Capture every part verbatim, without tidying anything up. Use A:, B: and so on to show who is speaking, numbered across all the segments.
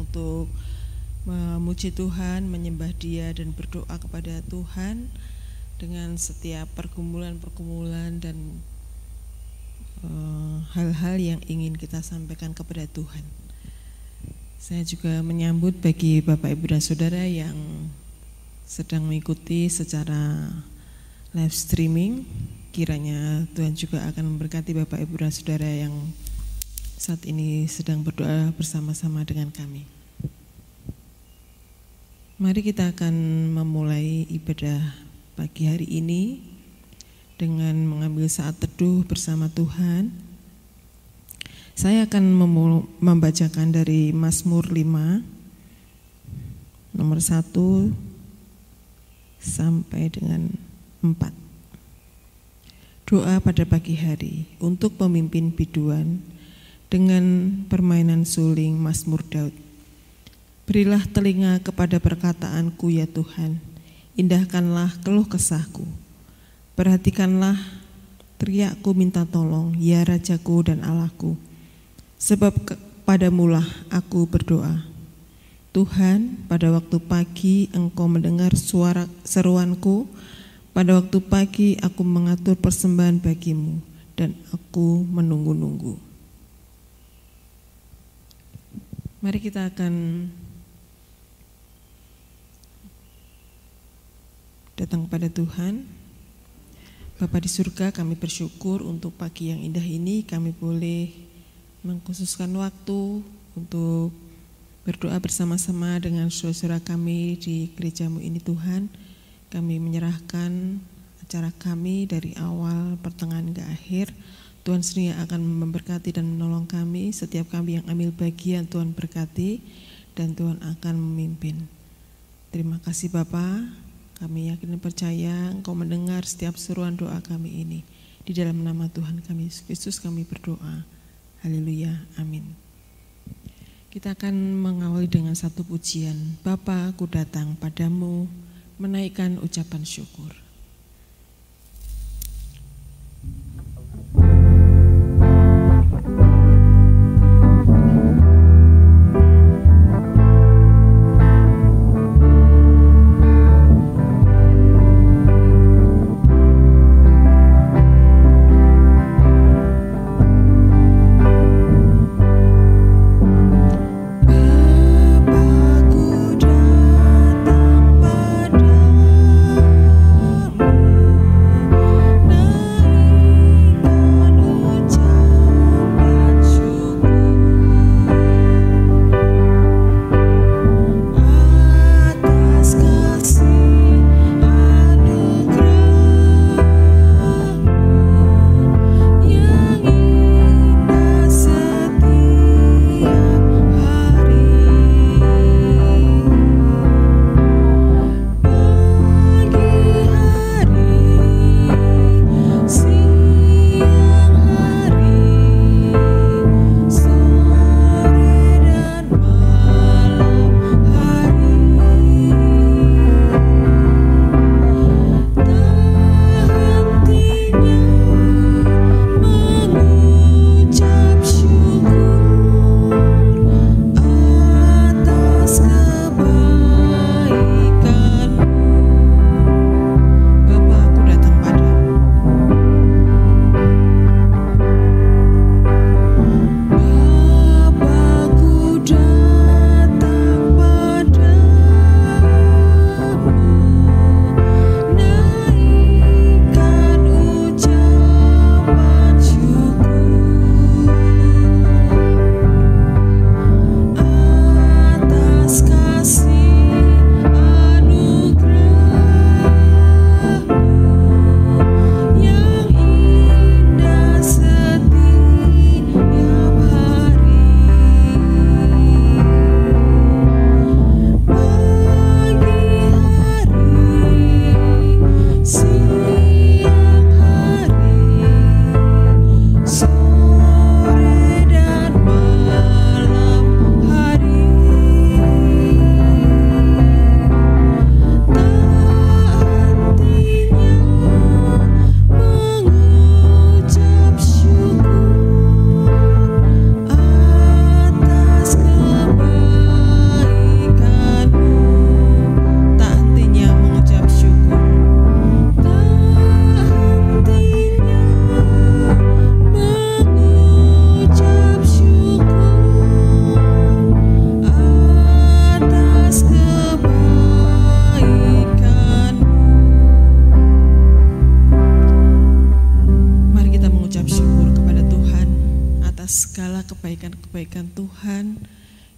A: untuk memuji Tuhan, menyembah Dia dan berdoa kepada Tuhan dengan setiap pergumulan-pergumulan dan uh, hal-hal yang ingin kita sampaikan kepada Tuhan. Saya juga menyambut bagi Bapak Ibu dan Saudara yang sedang mengikuti secara live streaming. Kiranya Tuhan juga akan memberkati Bapak Ibu dan Saudara yang saat ini sedang berdoa bersama-sama dengan kami. Mari kita akan memulai ibadah pagi hari ini dengan mengambil saat teduh bersama Tuhan. Saya akan membacakan dari Mazmur lima nomor satu sampai dengan empat. Doa pada pagi hari untuk pemimpin biduan dengan permainan suling Mazmur Daud. Berilah telinga kepada perkataanku ya Tuhan, indahkanlah keluh kesahku. Perhatikanlah teriakku minta tolong, ya Rajaku dan Allahku. Sebab padamulah aku berdoa. Tuhan, pada waktu pagi Engkau mendengar suara seruanku. Pada waktu pagi aku mengatur persembahan bagimu dan aku menunggu-nunggu. Mari kita akan datang pada Tuhan. Bapa di surga, kami bersyukur untuk pagi yang indah ini. Kami boleh mengkhususkan waktu untuk berdoa bersama-sama dengan saudara kami di gerejamu ini Tuhan. Kami menyerahkan acara kami dari awal pertengahan ke akhir. Tuhan sendiri akan memberkati dan menolong kami. Setiap kami yang ambil bagian Tuhan berkati dan Tuhan akan memimpin. Terima kasih Bapa. Kami yakin dan percaya Engkau mendengar setiap seruan doa kami ini. Di dalam nama Tuhan kami Yesus Kristus kami berdoa. Haleluya, amin. Kita akan mengawali dengan satu pujian. Bapa, aku datang padamu, menaikkan ucapan syukur.
B: Bapakku datang padamu.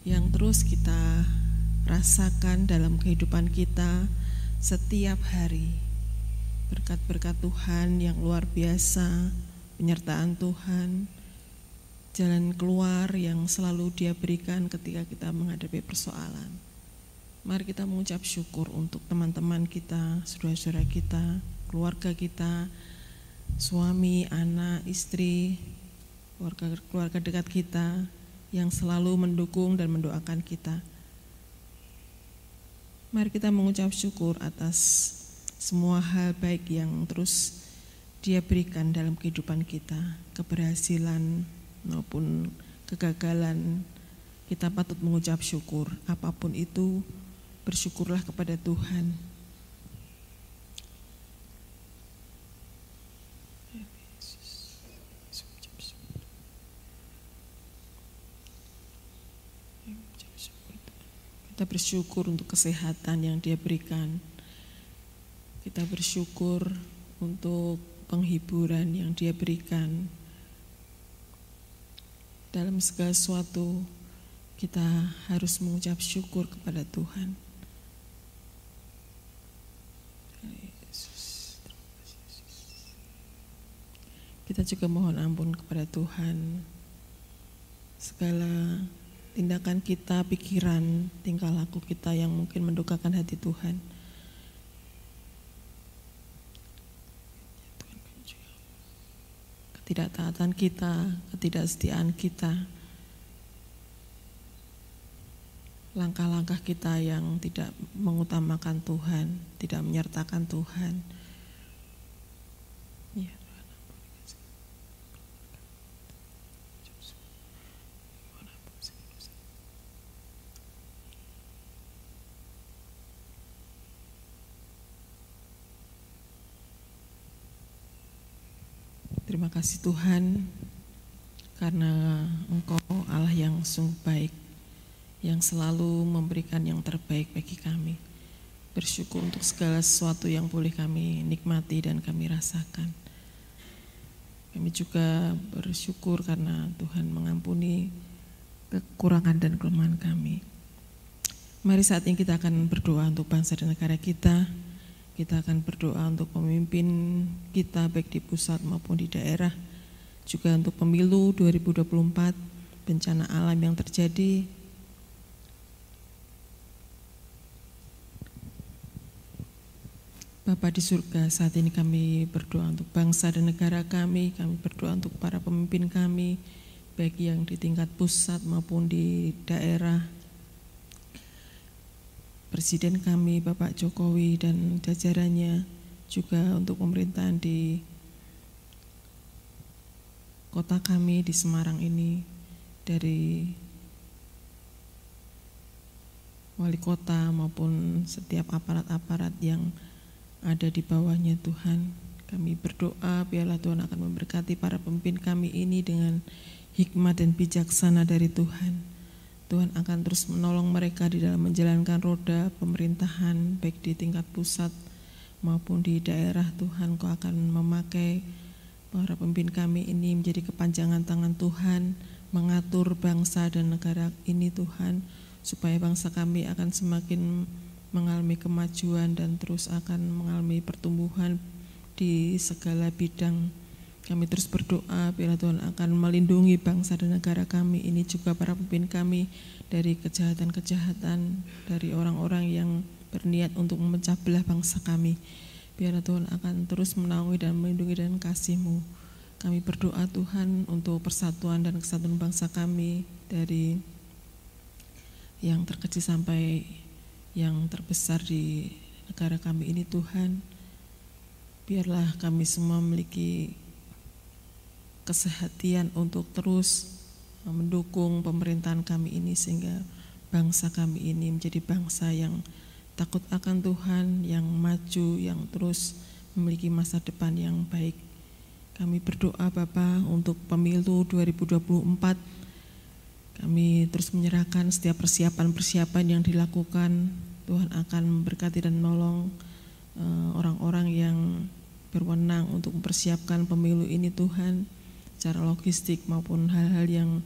A: yang terus kita rasakan dalam kehidupan kita setiap hari. Berkat-berkat Tuhan yang luar biasa, penyertaan Tuhan, jalan keluar yang selalu Dia berikan ketika kita menghadapi persoalan. Mari kita mengucap syukur untuk teman-teman kita, saudara-saudara kita, keluarga kita, suami, anak, istri, keluarga, keluarga dekat kita yang selalu mendukung dan mendoakan kita. Mari kita mengucap syukur atas semua hal baik yang terus Dia berikan dalam kehidupan kita, keberhasilan maupun kegagalan. Kita patut mengucap syukur, apapun itu, bersyukurlah kepada Tuhan. Kita bersyukur untuk kesehatan yang Dia berikan. Kita bersyukur untuk penghiburan yang Dia berikan. Dalam segala sesuatu kita harus mengucap syukur kepada Tuhan. Kita juga mohon ampun kepada Tuhan segala tindakan kita, pikiran, tingkah laku kita yang mungkin mendukakan hati Tuhan. Ketidaktaatan kita, ketidaksetiaan kita, langkah-langkah kita yang tidak mengutamakan Tuhan, tidak menyertakan Tuhan. Ya. Terima kasih Tuhan, karena Engkau Allah yang sungguh baik, yang selalu memberikan yang terbaik bagi kami. Bersyukur untuk segala sesuatu yang boleh kami nikmati dan kami rasakan. Kami juga bersyukur karena Tuhan mengampuni kekurangan dan kelemahan kami. Mari saat ini kita akan berdoa untuk bangsa dan negara kita. Kita akan berdoa untuk pemimpin kita baik di pusat maupun di daerah, juga untuk pemilu dua ribu dua puluh empat, bencana alam yang terjadi. Bapa di surga, saat ini kami berdoa untuk bangsa dan negara kami, kami berdoa untuk para pemimpin kami, baik yang di tingkat pusat maupun di daerah. Presiden kami, Bapak Jokowi dan jajarannya, juga untuk pemerintahan di kota kami di Semarang ini, dari wali kota maupun setiap aparat-aparat yang ada di bawahnya Tuhan. Kami berdoa biarlah Tuhan akan memberkati para pemimpin kami ini dengan hikmat dan bijaksana dari Tuhan. Tuhan akan terus menolong mereka di dalam menjalankan roda pemerintahan baik di tingkat pusat maupun di daerah. Tuhan, Kau akan memakai para pemimpin kami ini menjadi kepanjangan tangan Tuhan, mengatur bangsa dan negara ini Tuhan, supaya bangsa kami akan semakin mengalami kemajuan dan terus akan mengalami pertumbuhan di segala bidang. Kami terus berdoa biarlah Tuhan akan melindungi bangsa dan negara kami ini, juga para pemimpin kami dari kejahatan-kejahatan, dari orang-orang yang berniat untuk memecah belah bangsa kami. Biarlah Tuhan akan terus menaungi dan melindungi dengan kasih-Mu. Kami berdoa Tuhan untuk persatuan dan kesatuan bangsa kami, dari yang terkecil sampai yang terbesar di negara kami ini Tuhan. Biarlah kami semua memiliki kesehatian untuk terus mendukung pemerintahan kami ini, sehingga bangsa kami ini menjadi bangsa yang takut akan Tuhan, yang maju, yang terus memiliki masa depan yang baik. Kami berdoa Bapa untuk pemilu dua ribu dua puluh empat. Kami terus menyerahkan setiap persiapan-persiapan yang dilakukan. Tuhan akan memberkati dan menolong uh, orang-orang yang berwenang untuk mempersiapkan pemilu ini Tuhan, secara logistik maupun hal-hal yang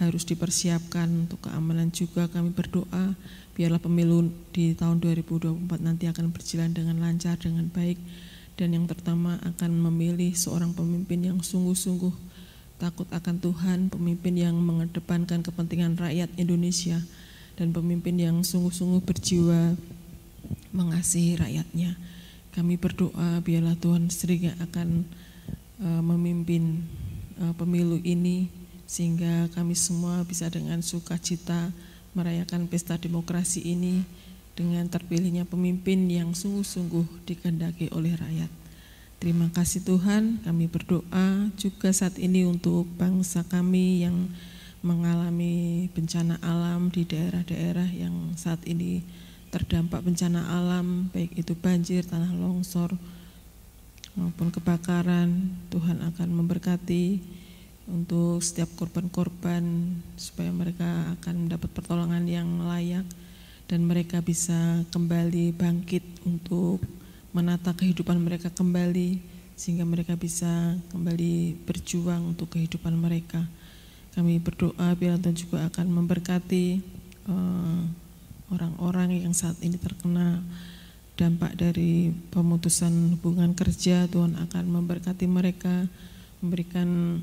A: harus dipersiapkan untuk keamanan juga. Kami berdoa biarlah pemilu di tahun dua ribu dua puluh empat nanti akan berjalan dengan lancar, dengan baik, dan yang pertama akan memilih seorang pemimpin yang sungguh-sungguh takut akan Tuhan, pemimpin yang mengedepankan kepentingan rakyat Indonesia, dan pemimpin yang sungguh-sungguh berjiwa mengasihi rakyatnya. Kami berdoa biarlah Tuhan sendiri akan uh, memimpin uh, pemilu ini, sehingga kami semua bisa dengan sukacita merayakan pesta demokrasi ini dengan terpilihnya pemimpin yang sungguh-sungguh dikehendaki oleh rakyat. Terima kasih Tuhan, kami berdoa juga saat ini untuk bangsa kami yang mengalami bencana alam di daerah-daerah yang saat ini terdampak bencana alam, baik itu banjir, tanah longsor, maupun kebakaran. Tuhan akan memberkati untuk setiap korban-korban supaya mereka akan mendapat pertolongan yang layak dan mereka bisa kembali bangkit untuk menata kehidupan mereka kembali, sehingga mereka bisa kembali berjuang untuk kehidupan mereka. Kami berdoa biar Tuhan juga akan memberkati uh, orang-orang yang saat ini terkena dampak dari pemutusan hubungan kerja. Tuhan akan memberkati mereka, memberikan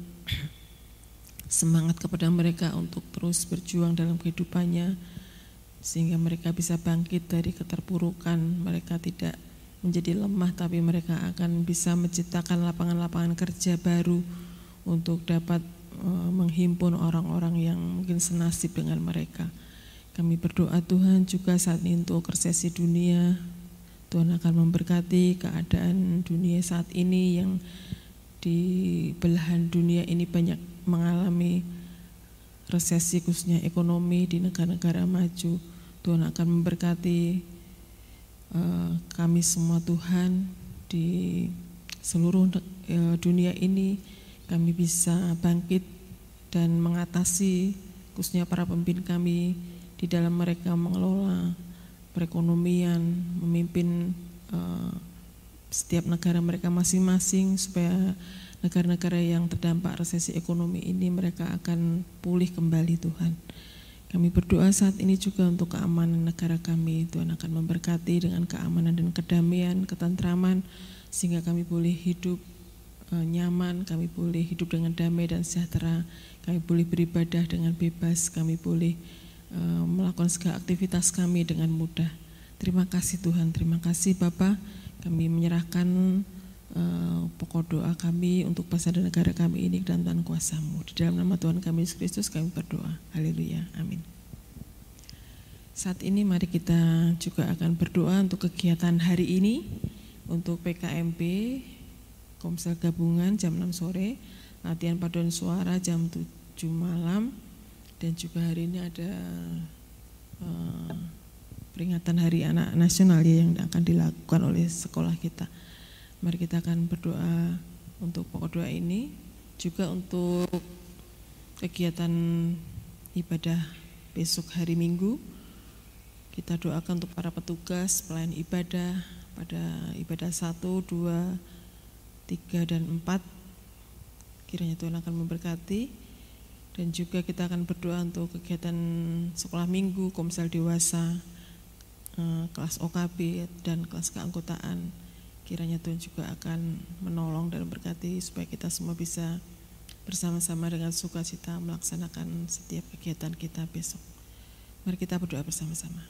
A: semangat kepada mereka untuk terus berjuang dalam kehidupannya, sehingga mereka bisa bangkit dari keterpurukan. Mereka tidak menjadi lemah, tapi mereka akan bisa menciptakan lapangan-lapangan kerja baru untuk dapat uh, menghimpun orang-orang yang mungkin senasib dengan mereka. Kami berdoa Tuhan juga saat ini untuk resesi dunia. Tuhan akan memberkati keadaan dunia saat ini yang di belahan dunia ini banyak mengalami resesi, khususnya ekonomi di negara-negara maju. Tuhan akan memberkati uh, kami semua Tuhan di seluruh uh, dunia ini. Kami bisa bangkit dan mengatasi, khususnya para pemimpin kami, di dalam mereka mengelola perekonomian, memimpin uh, setiap negara mereka masing-masing, supaya negara-negara yang terdampak resesi ekonomi ini mereka akan pulih kembali Tuhan. Kami berdoa saat ini juga untuk keamanan negara kami. Tuhan akan memberkati dengan keamanan dan kedamaian, ketentraman, sehingga kami boleh hidup uh, nyaman, kami boleh hidup dengan damai dan sejahtera, kami boleh beribadah dengan bebas, kami boleh uh, melakukan segala aktivitas kami dengan mudah. Terima kasih Tuhan, terima kasih Bapa. Kami menyerahkan uh, pokok doa kami untuk bangsa dan negara kami ini dalam tangan kuasa-Mu. Di dalam nama Tuhan kami Yesus Kristus kami berdoa. Haleluya, amin. Saat ini mari kita juga akan berdoa untuk kegiatan hari ini, untuk P K M P Komsel Gabungan jam enam sore, latihan paduan suara jam tujuh malam, dan juga hari ini ada uh, peringatan Hari Anak Nasional ya, yang akan dilakukan oleh sekolah kita. Mari kita akan berdoa untuk pokok doa ini, juga untuk kegiatan ibadah besok hari Minggu. Kita doakan untuk para petugas pelayan ibadah pada ibadah satu, dua, tiga, dan empat. Kiranya Tuhan akan memberkati. Dan juga kita akan berdoa untuk kegiatan sekolah minggu, Komsel Dewasa, kelas O K B dan kelas keanggotaan. Kiranya Tuhan juga akan menolong dan memberkati supaya kita semua bisa bersama-sama dengan sukacita melaksanakan setiap kegiatan kita besok. Mari kita berdoa bersama-sama.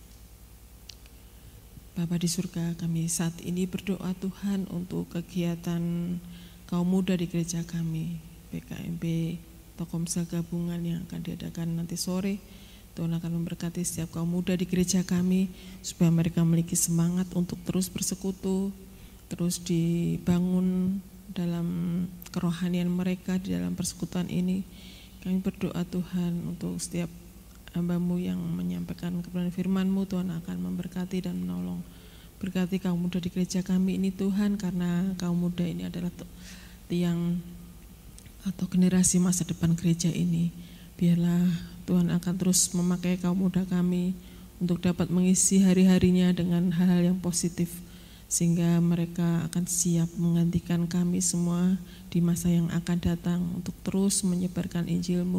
A: Bapa di surga, kami saat ini berdoa Tuhan untuk kegiatan kaum muda di gereja kami, P K M P atau Komsel Gabungan yang akan diadakan nanti sore. Tuhan akan memberkati setiap kaum muda di gereja kami, supaya mereka memiliki semangat untuk terus bersekutu, terus dibangun dalam kerohanian mereka di dalam persekutuan ini. Kami berdoa Tuhan untuk setiap hamba-Mu yang menyampaikan kebenaran firman-Mu, Tuhan akan memberkati dan menolong. Berkati kaum muda di gereja kami ini Tuhan, karena kaum muda ini adalah tiang atau generasi masa depan gereja ini. Biarlah Tuhan akan terus memakai kaum muda kami untuk dapat mengisi hari-harinya dengan hal-hal yang positif, sehingga mereka akan siap menggantikan kami semua di masa yang akan datang untuk terus menyebarkan Injil-Mu,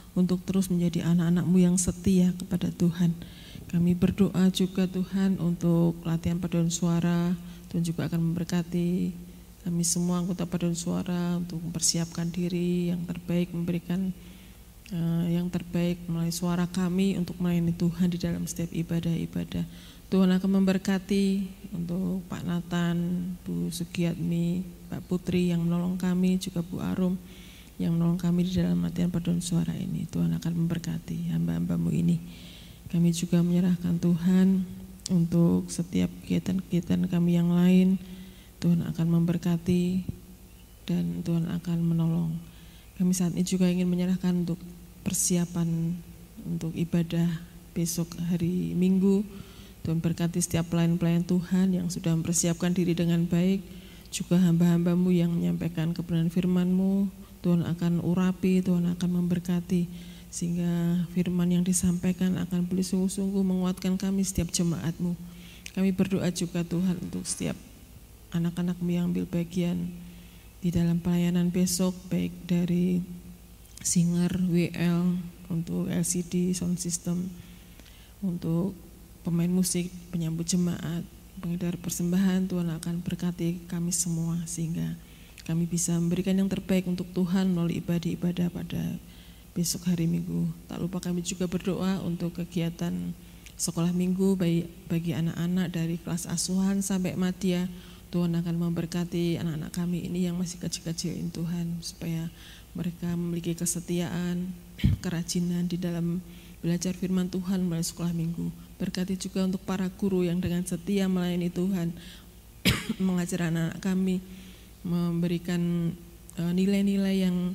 A: untuk terus menjadi anak-anak-Mu yang setia kepada Tuhan. Kami berdoa juga Tuhan untuk latihan paduan suara, Tuhan juga akan memberkati kami semua anggota paduan suara untuk mempersiapkan diri yang terbaik, memberikan uh, yang terbaik melalui suara kami untuk melayani Tuhan di dalam setiap ibadah-ibadah. Tuhan akan memberkati untuk Pak Nathan, Bu Sugiatmi, Pak Putri yang menolong kami, juga Bu Arum yang menolong kami di dalam latihan paduan suara ini. Tuhan akan memberkati hamba-hamba-Mu ini. Kami juga menyerahkan Tuhan untuk setiap kegiatan-kegiatan kami yang lain. Tuhan akan memberkati dan Tuhan akan menolong. Kami saat ini juga ingin menyerahkan untuk persiapan untuk ibadah besok hari Minggu. Tuhan berkati setiap pelayan-pelayan Tuhan yang sudah mempersiapkan diri dengan baik, juga hamba-hamba-Mu yang menyampaikan kebenaran firman-Mu. Tuhan akan urapi, Tuhan akan memberkati, sehingga firman yang disampaikan akan boleh sungguh-sungguh menguatkan kami setiap jemaat-Mu. Kami berdoa juga Tuhan untuk setiap anak-anak-Mu yang ambil bagian di dalam pelayanan besok, baik dari singer, W L, untuk L C D, sound system, untuk pemain musik, penyambut jemaat, pengedar persembahan. Tuhan akan berkati kami semua sehingga kami bisa memberikan yang terbaik untuk Tuhan melalui ibadah-ibadah pada besok hari Minggu. Tak lupa kami juga berdoa untuk kegiatan sekolah minggu bagi, bagi anak-anak dari kelas asuhan sampai madya. Tuhan akan memberkati anak-anak kami ini yang masih kecil-kecil ini Tuhan, supaya mereka memiliki kesetiaan, kerajinan di dalam belajar firman Tuhan melalui sekolah minggu. Berkati juga untuk para guru yang dengan setia melayani Tuhan, mengajar anak-anak kami, memberikan nilai-nilai yang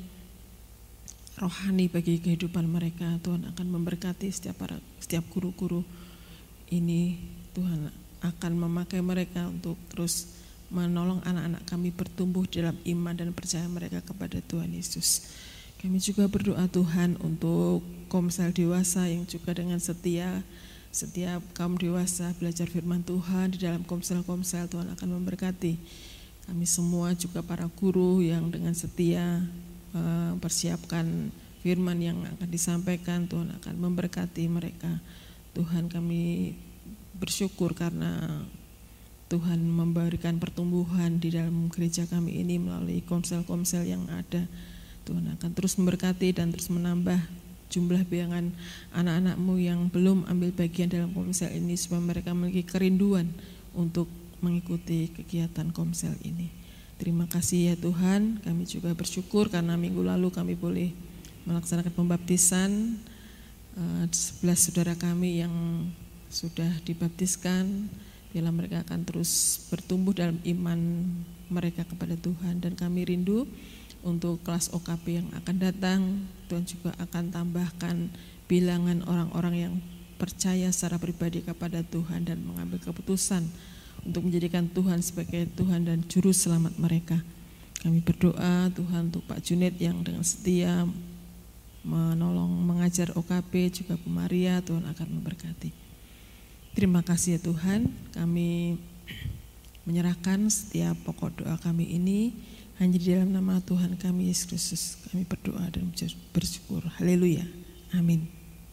A: rohani bagi kehidupan mereka. Tuhan akan memberkati setiap para setiap guru-guru ini. Tuhan akan memakai mereka untuk terus menolong anak-anak kami bertumbuh dalam iman dan percaya mereka kepada Tuhan Yesus. Kami juga berdoa Tuhan untuk Komsel dewasa yang juga dengan setia, setiap kaum dewasa belajar firman Tuhan di dalam komsel-komsel. Tuhan akan memberkati kami semua, juga para guru yang dengan setia mempersiapkan firman yang akan disampaikan. Tuhan akan memberkati mereka. Tuhan, kami bersyukur karena Tuhan memberikan pertumbuhan di dalam gereja kami ini melalui komsel-komsel yang ada. Tuhan akan terus memberkati dan terus menambah jumlah bilangan anak-anak-Mu yang belum ambil bagian dalam komsel ini, supaya mereka memiliki kerinduan untuk mengikuti kegiatan komsel ini. Terima kasih ya Tuhan. Kami juga bersyukur karena minggu lalu kami boleh melaksanakan pembaptisan uh, sebelas saudara kami yang sudah dibaptiskan. Bila mereka akan terus bertumbuh dalam iman mereka kepada Tuhan, dan kami rindu untuk kelas O K P yang akan datang. Tuhan juga akan tambahkan bilangan orang-orang yang percaya secara pribadi kepada Tuhan dan mengambil keputusan untuk menjadikan Tuhan sebagai Tuhan dan Juru Selamat mereka. Kami berdoa Tuhan untuk Pak Junid yang dengan setia menolong mengajar O K P, juga Bu Maria. Tuhan akan memberkati. Terima kasih ya Tuhan. Kami menyerahkan setiap pokok doa kami ini hanya di dalam nama Tuhan kami Yesus Kristus. Kami berdoa dan bersyukur. Haleluya. Amin.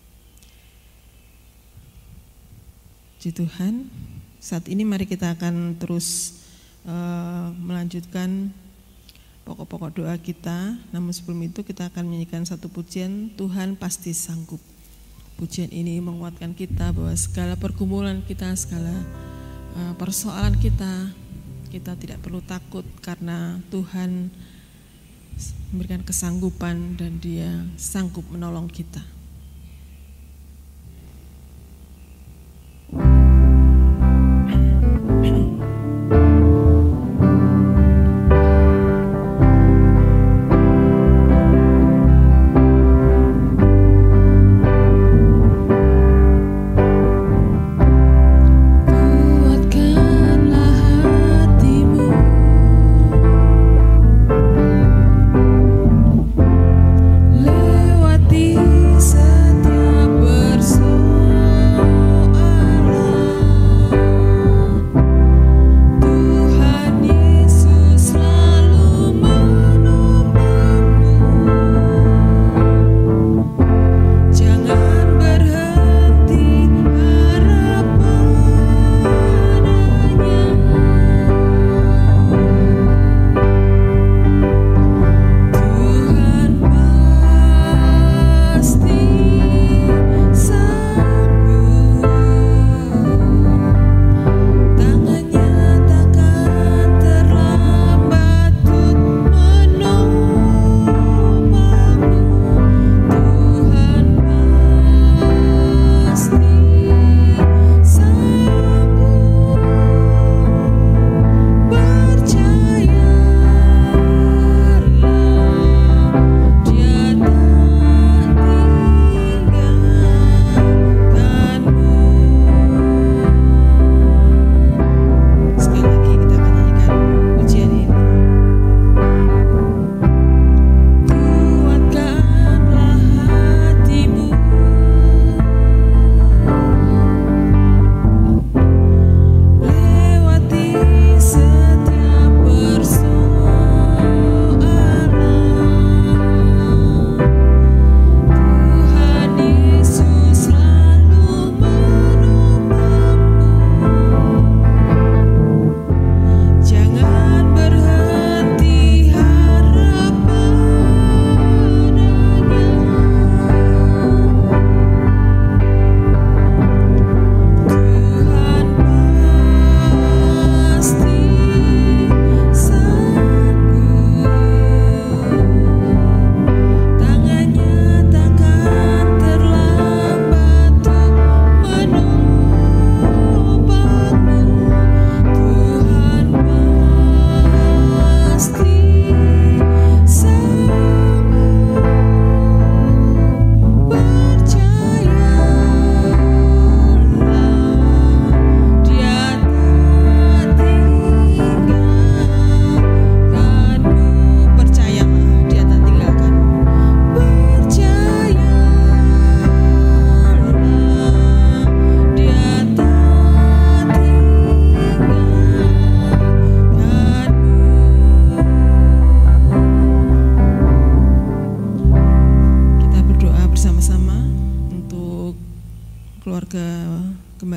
A: Puji Tuhan. Saat ini mari kita akan terus uh, melanjutkan pokok-pokok doa kita. Namun sebelum itu kita akan menyanyikan satu pujian, Tuhan Pasti Sanggup. Pujian ini menguatkan kita bahwa segala pergumulan kita, segala uh, persoalan kita, kita tidak perlu takut karena Tuhan memberikan kesanggupan dan Dia sanggup menolong kita.
B: Lewati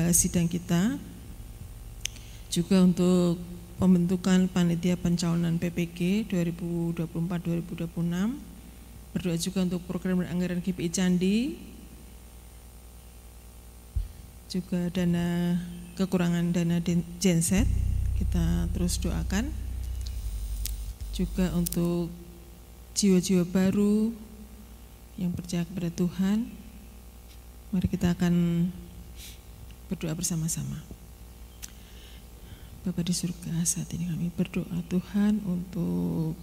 A: agenda sidang kita, juga untuk pembentukan panitia pencalonan P P G dua ribu dua puluh empat dua ribu dua puluh enam, berdoa juga untuk program dan anggaran G P I Candi, juga dana kekurangan dana genset kita terus doakan, juga untuk jiwa-jiwa baru yang percaya kepada Tuhan. Mari kita akan berdoa bersama-sama. Bapa di surga, saat ini kami berdoa Tuhan untuk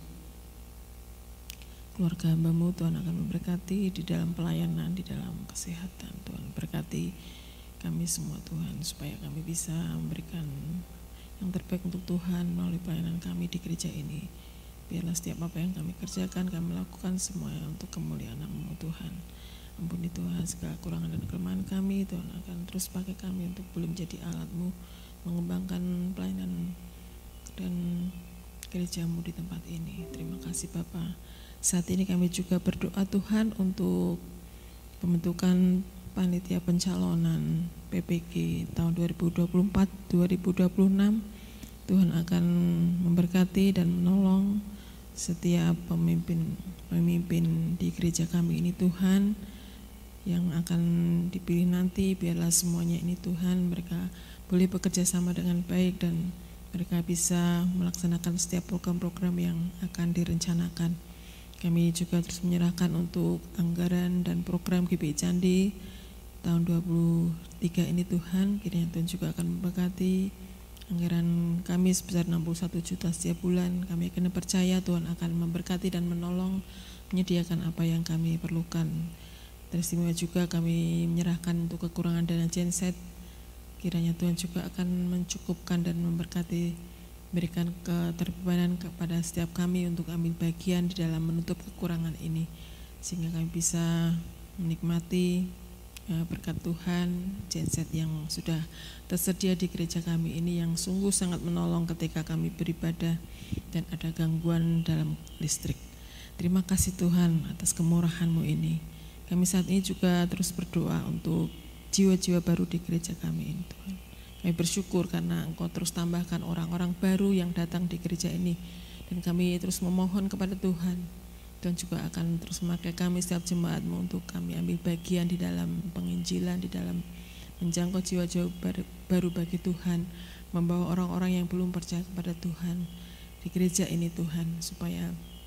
A: keluarga hamba-Mu. Tuhan akan memberkati di dalam pelayanan, di dalam kesehatan. Tuhan berkati kami semua Tuhan, supaya kami bisa memberikan yang terbaik untuk Tuhan melalui pelayanan kami di gereja ini. Biarlah setiap apa yang kami kerjakan, kami lakukan semuanya untuk kemuliaan nama-Mu Tuhan. Ampuni Tuhan segala kekurangan dan kelemahan kami. Tuhan akan terus pakai kami untuk boleh menjadi alat-Mu, mengembangkan pelayanan dan gereja-Mu di tempat ini. Terima kasih Bapa. Saat ini kami juga berdoa Tuhan untuk pembentukan panitia pencalonan P P G tahun dua ribu dua puluh empat dua ribu dua puluh enam. Tuhan akan memberkati dan menolong setiap pemimpin pemimpin di gereja kami ini Tuhan, yang akan dipilih nanti. Biarlah semuanya ini Tuhan, mereka boleh bekerja sama dengan baik dan mereka bisa melaksanakan setiap program-program yang akan direncanakan. Kami juga terus menyerahkan untuk anggaran dan program G P I Candi tahun dua ribu dua puluh tiga ini Tuhan. Kiranya Tuhan juga akan memberkati anggaran kami sebesar enam puluh satu juta setiap bulan. Kami akan percaya Tuhan akan memberkati dan menolong, menyediakan apa yang kami perlukan. Teristimewa juga kami menyerahkan untuk kekurangan dana genset. Kiranya Tuhan juga akan mencukupkan dan memberkati, berikan keterbebanan kepada setiap kami untuk ambil bagian di dalam menutup kekurangan ini, sehingga kami bisa menikmati berkat Tuhan, genset yang sudah tersedia di gereja kami ini, yang sungguh sangat menolong ketika kami beribadah dan ada gangguan dalam listrik. Terima kasih Tuhan atas kemurahan-Mu ini. Kami saat ini juga terus berdoa untuk jiwa-jiwa baru di gereja kami ini Tuhan. Kami bersyukur karena Engkau terus tambahkan orang-orang baru yang datang di gereja ini, dan kami terus memohon kepada Tuhan. Tuhan juga akan terus memakai kami setiap jemaat-Mu untuk kami ambil bagian di dalam penginjilan, di dalam menjangkau jiwa-jiwa baru bagi Tuhan, membawa orang-orang yang belum percaya kepada Tuhan di gereja ini Tuhan, supaya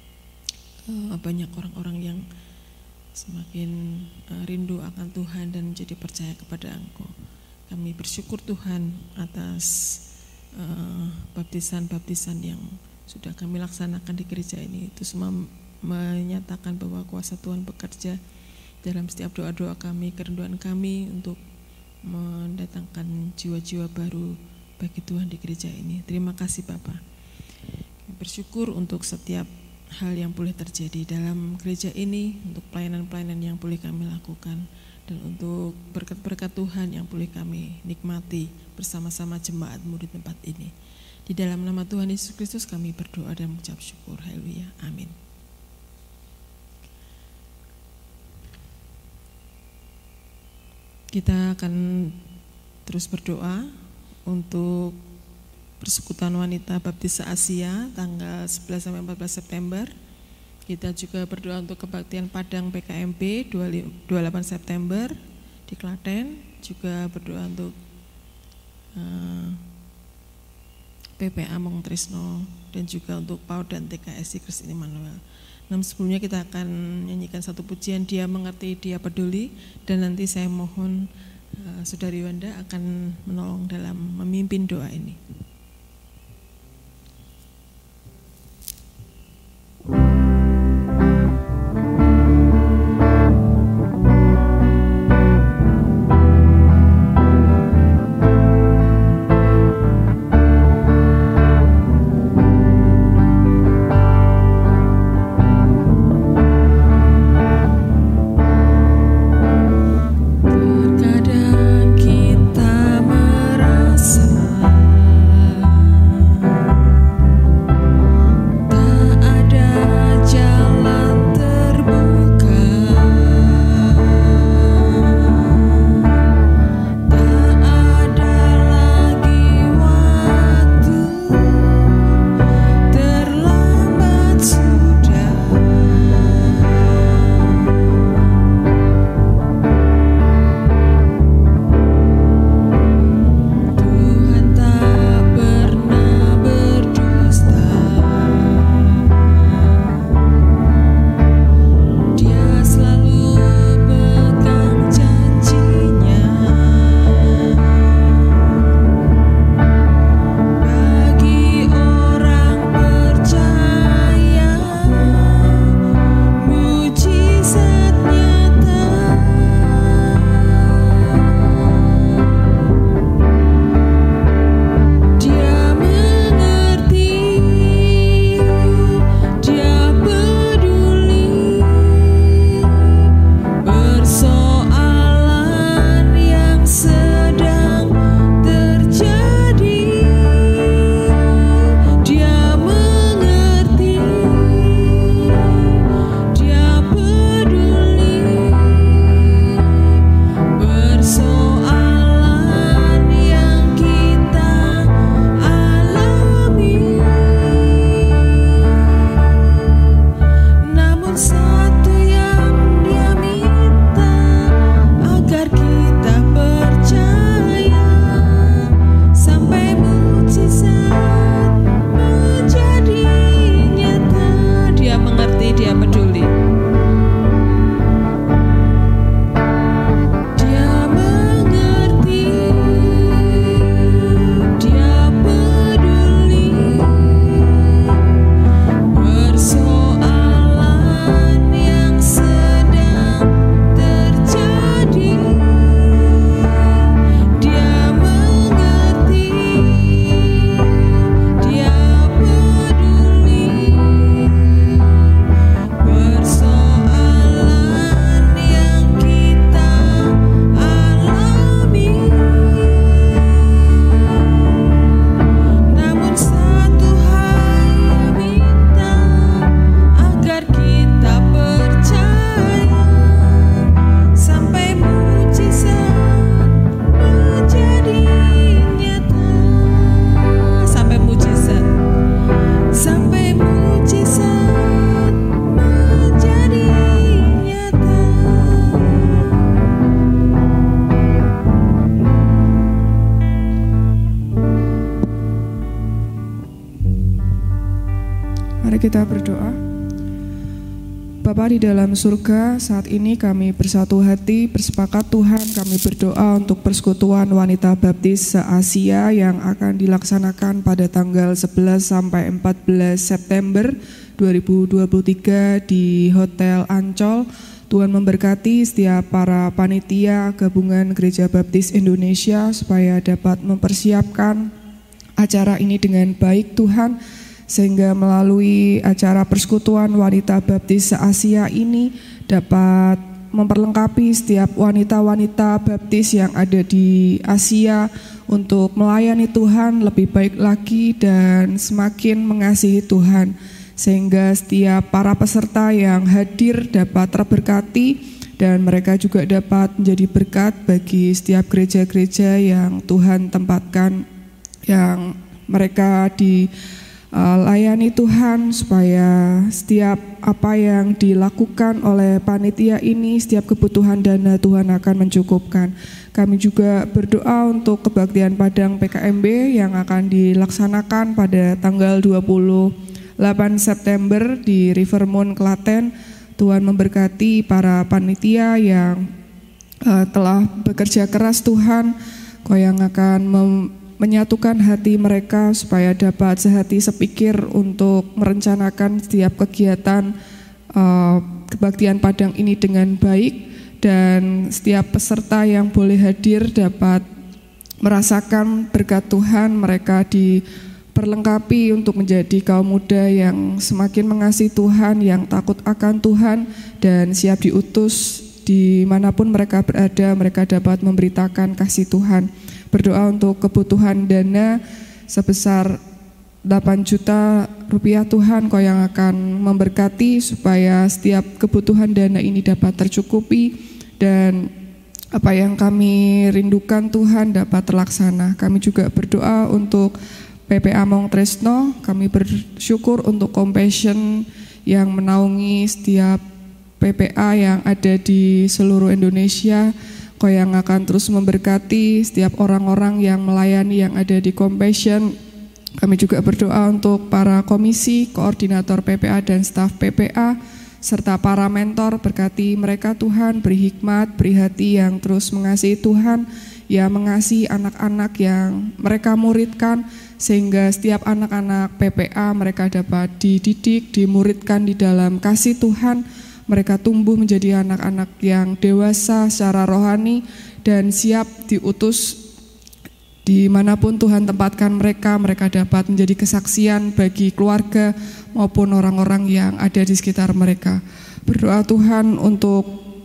A: uh, banyak orang-orang yang semakin uh, rindu akan Tuhan dan menjadi percaya kepada Engkau. Kami bersyukur Tuhan atas uh, baptisan-baptisan yang sudah kami laksanakan di gereja ini. Itu semua menyatakan bahwa kuasa Tuhan bekerja dalam setiap doa-doa kami, kerinduan kami untuk mendatangkan jiwa-jiwa baru bagi Tuhan di gereja ini. Terima kasih Bapa. Kami bersyukur untuk setiap hal yang boleh terjadi dalam gereja ini, untuk pelayanan-pelayanan yang boleh kami lakukan, dan untuk berkat-berkat Tuhan yang boleh kami nikmati bersama-sama jemaat-Mu di tempat ini. Di dalam nama Tuhan Yesus Kristus kami berdoa dan mengucap syukur. Haleluya. Amin. Kita akan terus berdoa untuk persekutuan wanita baptis se-Asia tanggal sebelas sampai empat belas September. Kita juga berdoa untuk kebaktian Padang P K M P dua puluh delapan September di Klaten. Juga berdoa untuk uh, P P A Mong Trisno dan juga untuk P A U D dan T K S I Kristus Immanuel. Namun sebelumnya kita akan nyanyikan satu pujian, Dia Mengerti, Dia Peduli, dan nanti saya mohon uh, Saudari Wanda akan menolong dalam memimpin doa ini.
B: Terkadang kita merasa Mari kita berdoa. Bapa di dalam surga, saat ini kami bersatu hati, bersepakat Tuhan, kami berdoa untuk persekutuan wanita baptis se-Asia yang akan dilaksanakan pada tanggal sebelas sampai empat belas September dua ribu dua puluh tiga di Hotel Ancol. Tuhan memberkati setiap para panitia gabungan Gereja Baptis Indonesia supaya dapat mempersiapkan acara ini dengan baik Tuhan, sehingga melalui acara persekutuan wanita baptis se-Asia ini dapat memperlengkapi setiap wanita-wanita baptis yang ada di Asia untuk melayani Tuhan lebih baik lagi dan semakin mengasihi Tuhan, sehingga setiap para peserta yang hadir dapat terberkati dan mereka juga dapat menjadi berkat bagi setiap gereja-gereja yang Tuhan tempatkan, yang mereka dilayani Tuhan, supaya setiap apa yang dilakukan oleh panitia ini, setiap kebutuhan dana Tuhan akan mencukupkan. Kami juga berdoa untuk kebaktian Padang P K M B yang akan dilaksanakan pada tanggal dua puluh delapan September di Rivermoon, Klaten. Tuhan memberkati para panitia yang uh, telah bekerja keras Tuhan, Kau yang akan mem- menyatukan hati mereka supaya dapat sehati sepikir untuk merencanakan setiap kegiatan uh, kebaktian Padang ini dengan baik, dan setiap peserta yang boleh hadir dapat merasakan berkat Tuhan. Mereka di perlengkapi untuk menjadi kaum muda yang semakin mengasihi Tuhan, yang takut akan Tuhan, dan siap diutus dimanapun mereka berada, mereka dapat memberitakan kasih Tuhan. Berdoa untuk kebutuhan dana sebesar delapan juta rupiah Tuhan, Kau yang akan memberkati supaya setiap kebutuhan dana ini dapat tercukupi dan apa yang kami rindukan Tuhan dapat terlaksana. Kami juga berdoa untuk P P A Mong Tresno. Kami bersyukur untuk Compassion yang menaungi setiap P P A yang ada di seluruh Indonesia. Kau yang akan terus memberkati setiap orang-orang yang melayani yang ada di Compassion. Kami juga berdoa untuk para komisi, koordinator P P A dan staf P P A, serta para mentor. Berkati mereka Tuhan, beri hikmat, beri hati yang terus mengasihi Tuhan, yang mengasihi anak-anak yang mereka muridkan, sehingga setiap anak-anak P P A mereka dapat dididik, dimuridkan di dalam kasih Tuhan. Mereka tumbuh menjadi anak-anak yang dewasa secara rohani dan siap diutus dimanapun Tuhan tempatkan mereka. Mereka dapat menjadi kesaksian bagi keluarga maupun orang-orang yang ada di sekitar mereka. Berdoa Tuhan untuk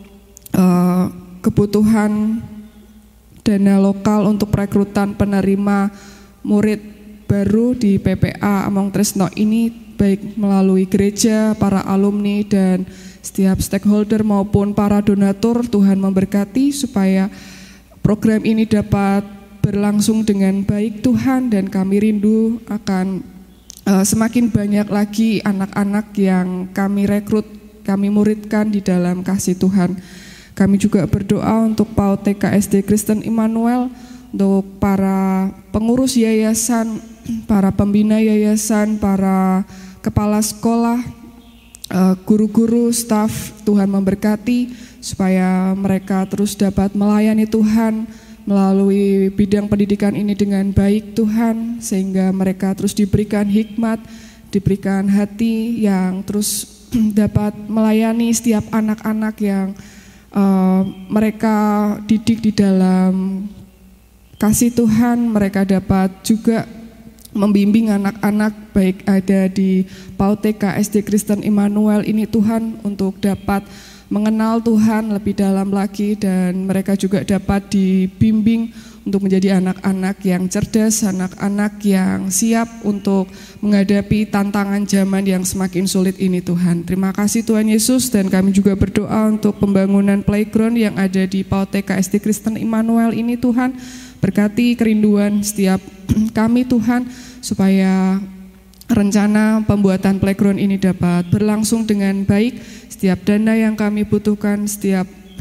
B: uh, kebutuhan dana lokal untuk perekrutan penerima murid baru di P P A Mong Tresno ini, baik melalui gereja, para alumni, dan setiap stakeholder maupun para donatur. Tuhan memberkati supaya program ini dapat berlangsung dengan baik Tuhan, dan kami rindu akan uh, semakin banyak lagi anak-anak yang kami rekrut, kami muridkan di dalam kasih Tuhan. Kami juga berdoa untuk P A U T K S D Kristen Immanuel, untuk para pengurus yayasan, para pembina yayasan, para kepala sekolah, guru-guru, staf. Tuhan memberkati supaya mereka terus dapat melayani Tuhan melalui bidang pendidikan ini dengan baik Tuhan, sehingga mereka terus diberikan hikmat, diberikan hati yang terus dapat melayani setiap anak-anak yang uh, mereka didik di dalam kasih Tuhan. Mereka dapat juga membimbing anak-anak baik ada di P A U T K S D Kristen Immanuel ini Tuhan, untuk dapat mengenal Tuhan lebih dalam lagi, dan mereka juga dapat dibimbing untuk menjadi anak-anak yang cerdas, anak-anak yang siap untuk menghadapi tantangan zaman yang semakin sulit ini Tuhan. Terima kasih Tuhan Yesus, dan kami juga berdoa untuk pembangunan playground yang ada di P A U T K S D Kristen Immanuel ini Tuhan. Berkati kerinduan setiap kami Tuhan, supaya rencana pembuatan playground ini dapat berlangsung dengan baik. Setiap dana yang kami butuhkan, setiap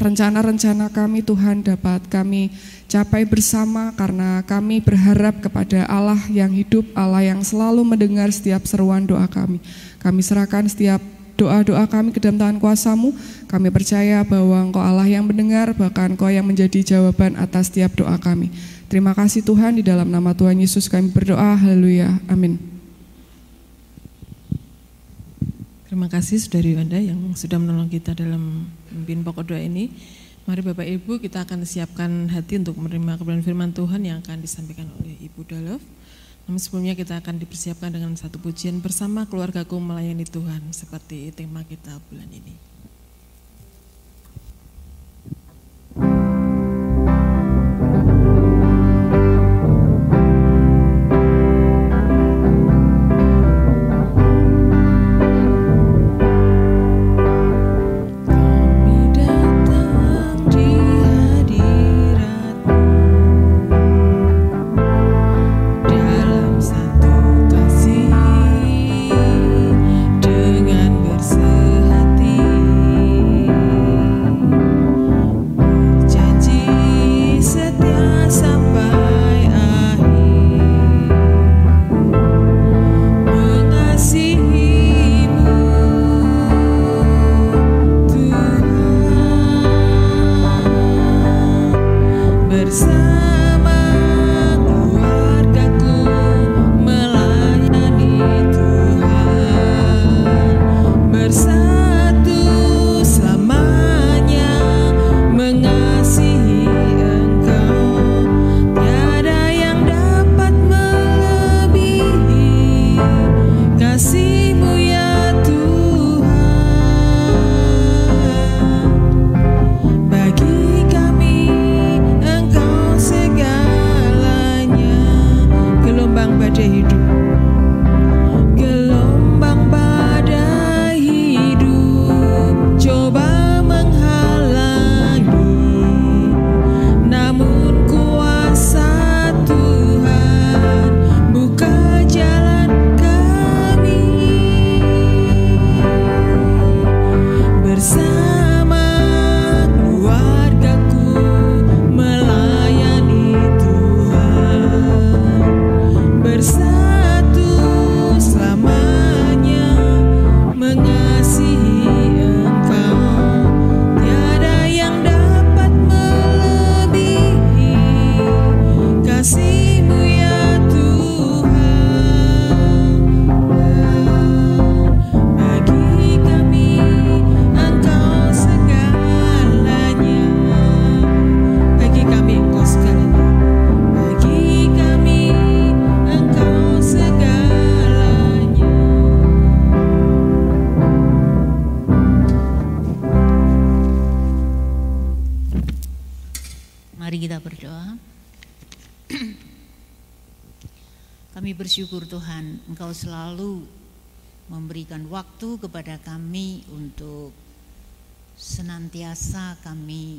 B: rencana-rencana kami Tuhan dapat kami capai bersama, karena kami berharap kepada Allah yang hidup, Allah yang selalu mendengar setiap seruan doa kami. Kami serahkan setiap doa-doa kami ke dalam tangan kuasa-Mu. Kami percaya bahwa Engkau Allah yang mendengar, bahkan Engkau yang menjadi jawaban atas setiap doa kami. Terima kasih Tuhan, di dalam nama Tuhan Yesus kami berdoa, haleluya, amin.
A: Terima kasih Saudari Wanda yang sudah menolong kita dalam memimpin pokok doa ini. Mari Bapak Ibu, kita akan siapkan hati untuk menerima kebenaran firman Tuhan yang akan disampaikan oleh Ibu Dalov. Namun sebelumnya kita akan dipersiapkan dengan satu pujian bersama keluargaku melayani Tuhan, seperti tema kita bulan ini.
C: Bersyukur Tuhan, Engkau selalu memberikan waktu kepada kami untuk senantiasa kami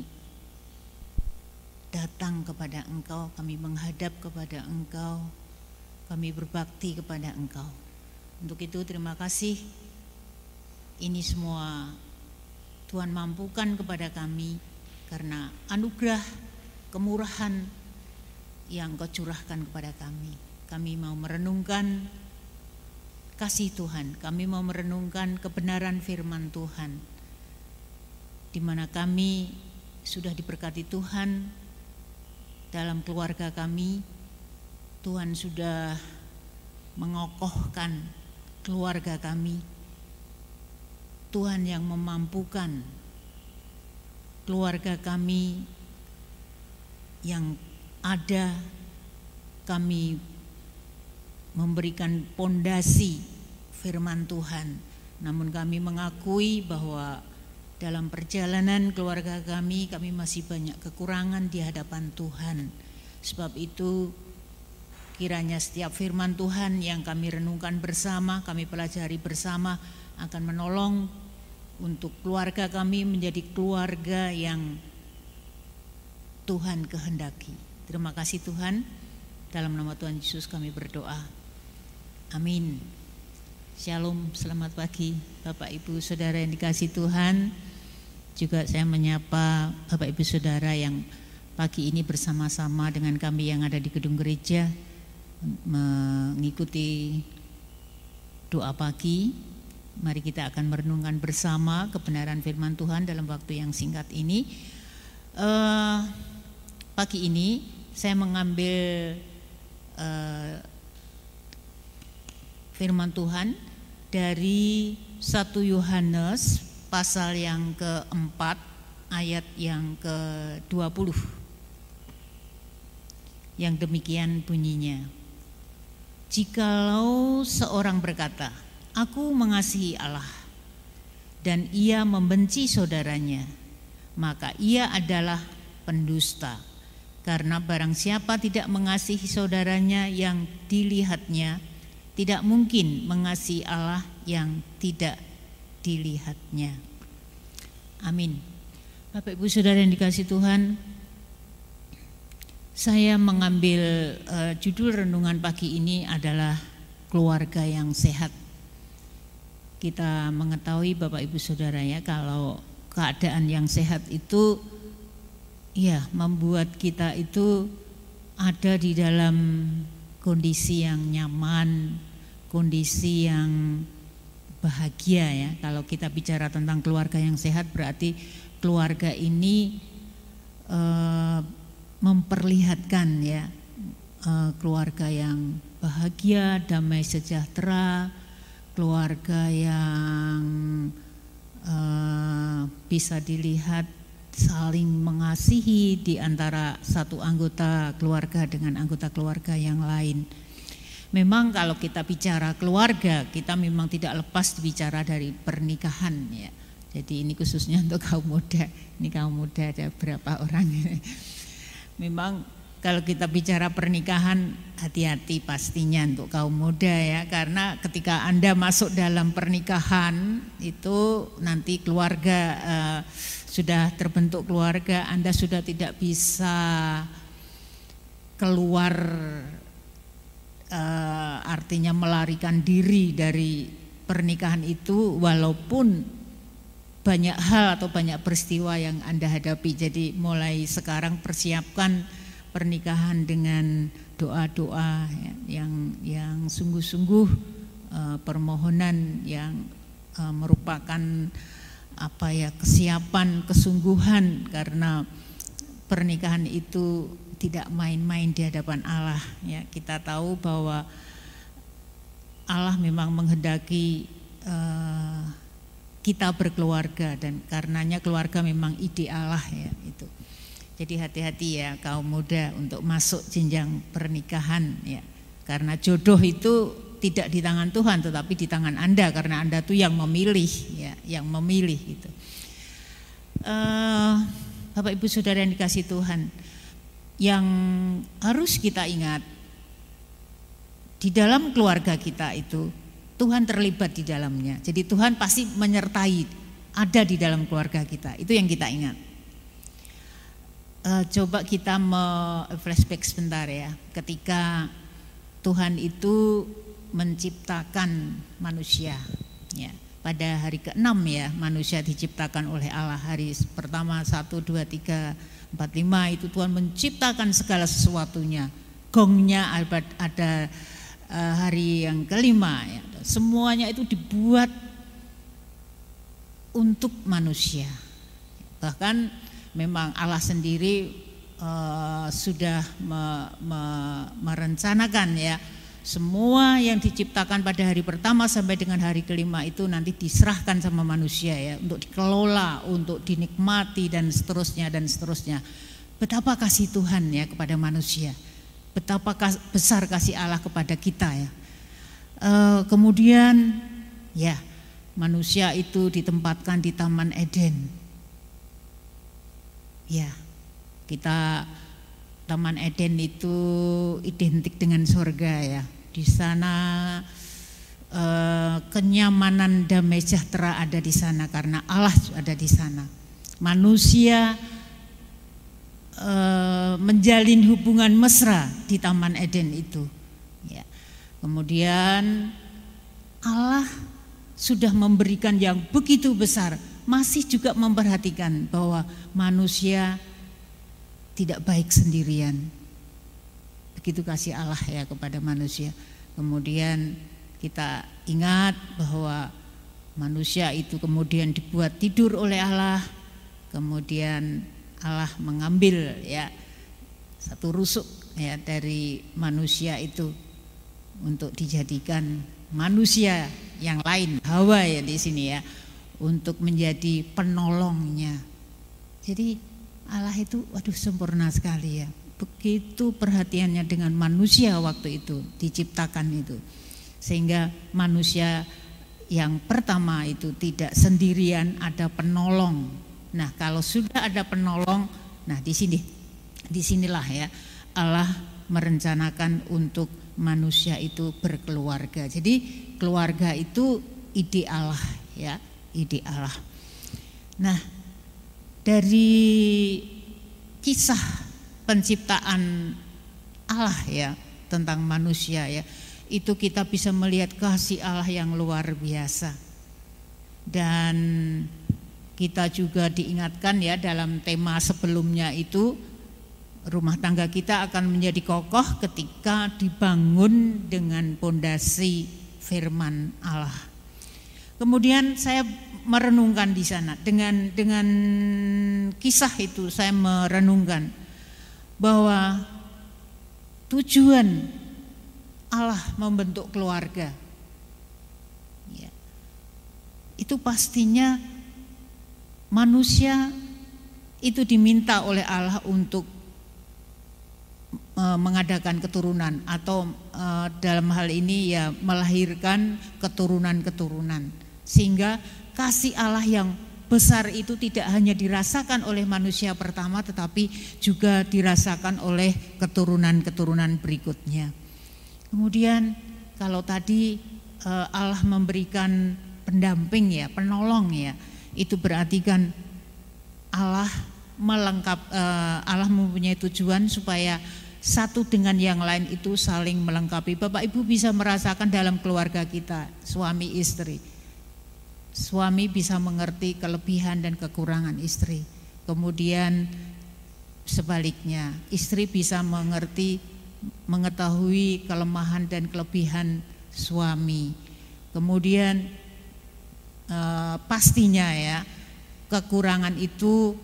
C: datang kepada Engkau, kami menghadap kepada Engkau, kami berbakti kepada Engkau. Untuk itu terima kasih, ini semua Tuhan mampukan kepada kami karena anugerah, kemurahan yang Engkau curahkan kepada kami. Kami mau merenungkan kasih Tuhan, kami mau merenungkan kebenaran firman Tuhan, di mana kami sudah diberkati Tuhan dalam keluarga kami. Tuhan sudah mengokohkan keluarga kami. Tuhan yang memampukan keluarga kami yang ada, kami memberikan pondasi firman Tuhan. Namun kami mengakui bahwa dalam perjalanan keluarga kami, kami masih banyak kekurangan di hadapan Tuhan. Sebab itu kiranya setiap firman Tuhan yang kami renungkan bersama, kami pelajari bersama, akan menolong untuk keluarga kami menjadi keluarga yang Tuhan kehendaki. Terima kasih Tuhan, dalam nama Tuhan Yesus kami berdoa. Amin. Shalom, selamat pagi Bapak Ibu Saudara yang dikasihi Tuhan. Juga saya menyapa Bapak Ibu Saudara yang pagi ini bersama-sama dengan kami yang ada di gedung gereja mengikuti doa pagi. Mari kita akan merenungkan bersama kebenaran firman Tuhan dalam waktu yang singkat ini. Uh, pagi ini saya mengambil uh, firman Tuhan dari satu Yohanes pasal yang keempat ayat yang ke dua puluh. Yang demikian bunyinya. Jikalau seorang berkata, aku mengasihi Allah, dan ia membenci saudaranya, maka ia adalah pendusta. Karena barang siapa tidak mengasihi saudaranya yang dilihatnya, tidak mungkin mengasihi Allah yang tidak dilihatnya. Amin. Bapak Ibu Saudara yang dikasihi Tuhan, saya mengambil uh, judul renungan pagi ini adalah keluarga yang sehat. Kita mengetahui Bapak Ibu Saudara ya, kalau keadaan yang sehat itu ya membuat kita itu ada di dalam kondisi yang nyaman, kondisi yang bahagia ya. Kalau kita bicara tentang keluarga yang sehat, berarti keluarga ini uh, memperlihatkan ya uh, keluarga yang bahagia, damai sejahtera, keluarga yang uh, bisa dilihat saling mengasihi di antara satu anggota keluarga dengan anggota keluarga yang lain. Memang kalau kita bicara keluarga, kita memang tidak lepas bicara dari pernikahan ya. Jadi ini khususnya untuk kaum muda. Ini kaum muda ada berapa orang? Memang kalau kita bicara pernikahan, hati-hati pastinya untuk kaum muda ya, karena ketika Anda masuk dalam pernikahan itu nanti keluarga uh, sudah terbentuk keluarga, Anda sudah tidak bisa keluar, uh, artinya melarikan diri dari pernikahan itu walaupun banyak hal atau banyak peristiwa yang Anda hadapi. Jadi mulai sekarang persiapkan pernikahan dengan doa-doa ya, yang yang sungguh-sungguh, uh, permohonan yang uh, merupakan apa ya kesiapan, kesungguhan, karena pernikahan itu tidak main-main di hadapan Allah ya. Kita tahu bahwa Allah memang menghendaki uh, kita berkeluarga, dan karenanya keluarga memang ide Allah ya itu. Jadi hati-hati ya kaum muda untuk masuk jenjang pernikahan ya, karena jodoh itu tidak di tangan Tuhan tetapi di tangan Anda, karena Anda tuh yang memilih ya, yang memilih gitu. Uh, Bapak Ibu Saudara yang dikasihi Tuhan, yang harus kita ingat di dalam keluarga kita itu Tuhan terlibat di dalamnya. Jadi Tuhan pasti menyertai, ada di dalam keluarga kita. Itu yang kita ingat. Uh, coba kita me-flashback sebentar ya. Ketika Tuhan itu menciptakan manusia ya. Pada hari keenam ya, manusia diciptakan oleh Allah. Hari pertama satu, dua, tiga, empat, lima itu Tuhan menciptakan segala sesuatunya. Gongnya ada uh, hari yang kelima ya. Semuanya itu dibuat untuk manusia. Bahkan memang Allah sendiri uh, sudah me, me, merencanakan ya, semua yang diciptakan pada hari pertama sampai dengan hari kelima itu nanti diserahkan sama manusia ya, untuk dikelola, untuk dinikmati dan seterusnya dan seterusnya. Betapa kasih Tuhan ya kepada manusia, betapa kas, besar kasih Allah kepada kita ya. Uh, kemudian ya manusia itu ditempatkan di Taman Eden. Ya, kita Taman Eden itu identik dengan surga ya. Di sana eh, kenyamanan, damai sejahtera ada di sana karena Allah ada di sana. Manusia eh, menjalin hubungan mesra di Taman Eden itu. Ya. Kemudian Allah sudah memberikan yang begitu besar masih juga memperhatikan bahwa manusia tidak baik sendirian. Begitu kasih Allah ya kepada manusia. Kemudian kita ingat bahwa manusia itu kemudian dibuat tidur oleh Allah, kemudian Allah mengambil ya satu rusuk ya dari manusia itu untuk dijadikan manusia yang lain, Hawa ya di sini ya, untuk menjadi penolongnya. Jadi Allah itu waduh sempurna sekali ya. Begitu perhatiannya dengan manusia waktu itu diciptakan itu. Sehingga manusia yang pertama itu tidak sendirian, ada penolong. Nah, kalau sudah ada penolong, nah di sini disinilah ya Allah merencanakan untuk manusia itu berkeluarga. Jadi keluarga itu ide Allah ya, ide Allah. Nah, dari kisah penciptaan Allah ya tentang manusia ya, itu kita bisa melihat kasih Allah yang luar biasa. Dan kita juga diingatkan ya dalam tema sebelumnya itu, rumah tangga kita akan menjadi kokoh ketika dibangun dengan pondasi firman Allah. Kemudian saya merenungkan di sana dengan dengan kisah itu saya merenungkan bahwa tujuan Allah membentuk keluarga ya, itu pastinya manusia itu diminta oleh Allah untuk mengadakan keturunan atau uh, dalam hal ini ya melahirkan keturunan-keturunan, sehingga kasih Allah yang besar itu tidak hanya dirasakan oleh manusia pertama tetapi juga dirasakan oleh keturunan-keturunan berikutnya. Kemudian kalau tadi uh, Allah memberikan pendamping ya, penolong ya, itu berarti kan Allah melengkap uh, Allah mempunyai tujuan supaya satu dengan yang lain itu saling melengkapi. Bapak Ibu bisa merasakan dalam keluarga kita, suami istri. Suami bisa mengerti kelebihan dan kekurangan istri. Kemudian sebaliknya, istri bisa mengerti, mengetahui kelemahan dan kelebihan suami. Kemudian eh, pastinya ya, kekurangan itu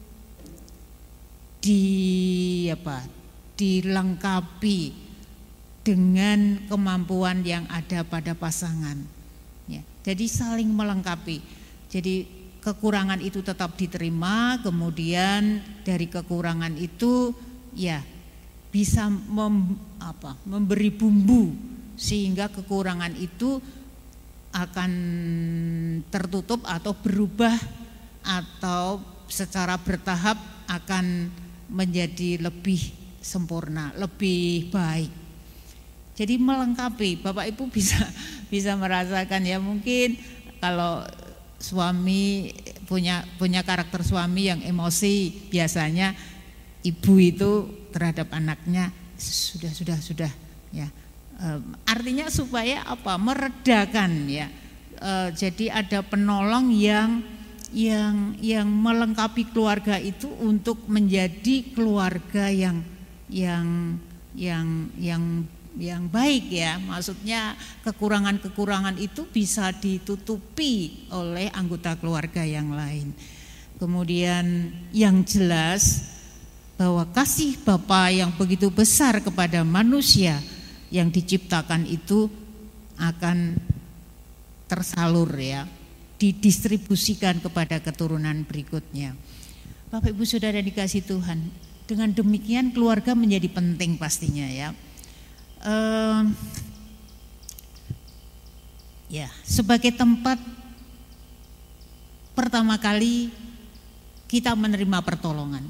C: di apa? dilengkapi dengan kemampuan yang ada pada pasangan ya. Jadi saling melengkapi. Jadi kekurangan itu tetap diterima, kemudian dari kekurangan itu ya bisa mem, apa, memberi bumbu sehingga kekurangan itu akan tertutup atau berubah atau secara bertahap akan menjadi lebih sempurna, lebih baik. Jadi melengkapi. Bapak Ibu bisa bisa merasakan ya, mungkin kalau suami punya punya karakter suami yang emosi, biasanya ibu itu terhadap anaknya sudah sudah sudah ya. E, artinya supaya apa? Meredakan ya. E, jadi ada penolong yang yang yang melengkapi keluarga itu untuk menjadi keluarga yang yang yang yang yang baik ya. Maksudnya kekurangan-kekurangan itu bisa ditutupi oleh anggota keluarga yang lain. Kemudian yang jelas bahwa kasih Bapa yang begitu besar kepada manusia yang diciptakan itu akan tersalur ya, didistribusikan kepada keturunan berikutnya. Bapak Ibu Saudara dikasih Tuhan, dengan demikian keluarga menjadi penting pastinya ya. Uh, ya, sebagai tempat pertama kali kita menerima pertolongan.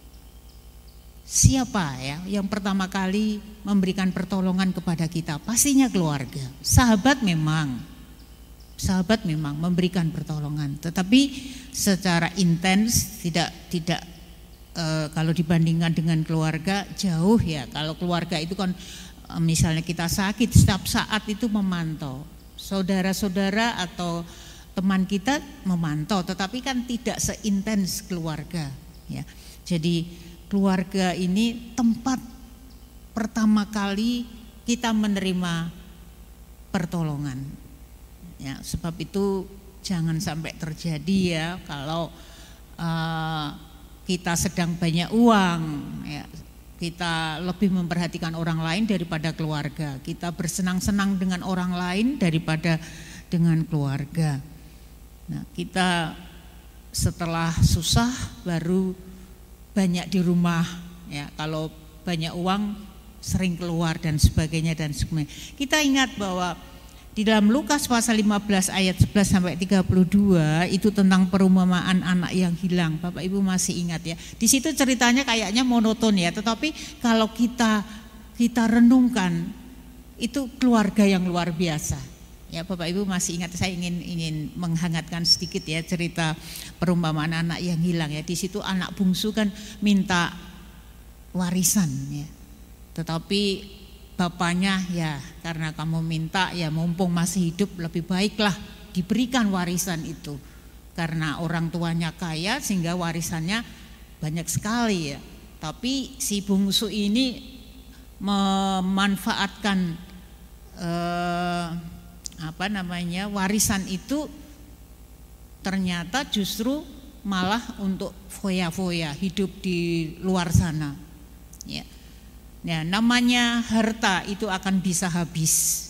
C: Siapa ya yang pertama kali memberikan pertolongan kepada kita? Pastinya keluarga. Sahabat memang, sahabat memang memberikan pertolongan, tetapi secara intens tidak tidak e, kalau dibandingkan dengan keluarga jauh ya. Kalau keluarga itu kan e, misalnya kita sakit, setiap saat itu memantau saudara-saudara atau teman kita memantau, tetapi kan tidak seintens keluarga ya. Jadi keluarga ini tempat pertama kali kita menerima pertolongan ya. Sebab itu jangan sampai terjadi ya kalau uh, kita sedang banyak uang ya, kita lebih memperhatikan orang lain daripada keluarga, kita bersenang-senang dengan orang lain daripada dengan keluarga. Nah, kita setelah susah baru banyak di rumah ya, kalau banyak uang sering keluar dan sebagainya dan sebagainya. Kita ingat bahwa di dalam Lukas pasal lima belas ayat sebelas sampai tiga puluh dua itu tentang perumpamaan anak yang hilang. Bapak Ibu masih ingat ya. Di situ ceritanya kayaknya monoton ya, tetapi kalau kita kita renungkan itu keluarga yang luar biasa. Ya, Bapak Ibu masih ingat, saya ingin ingin menghangatkan sedikit ya cerita perumpamaan anak yang hilang ya. Di situ anak bungsu kan minta warisan ya. Tetapi bapaknya ya karena kamu minta ya mumpung masih hidup lebih baiklah diberikan warisan itu. Karena orang tuanya kaya sehingga warisannya banyak sekali ya. Tapi si bungsu ini memanfaatkan eh, apa namanya warisan itu ternyata justru malah untuk foya-foya hidup di luar sana ya. Nah, namanya harta itu akan bisa habis.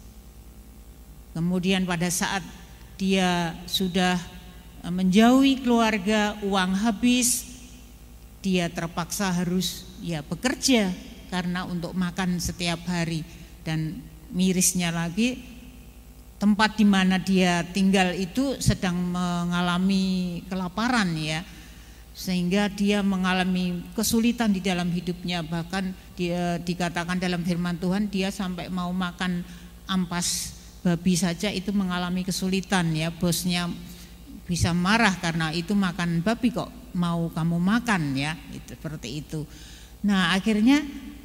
C: Kemudian pada saat dia sudah menjauhi keluarga, uang habis, dia terpaksa harus ya bekerja karena untuk makan setiap hari. Dan mirisnya lagi tempat di mana dia tinggal itu sedang mengalami kelaparan ya, sehingga dia mengalami kesulitan di dalam hidupnya. Bahkan dia dikatakan dalam firman Tuhan dia sampai mau makan ampas babi saja itu mengalami kesulitan ya. Bosnya bisa marah karena itu makan babi kok mau kamu makan ya, itu seperti itu. Nah akhirnya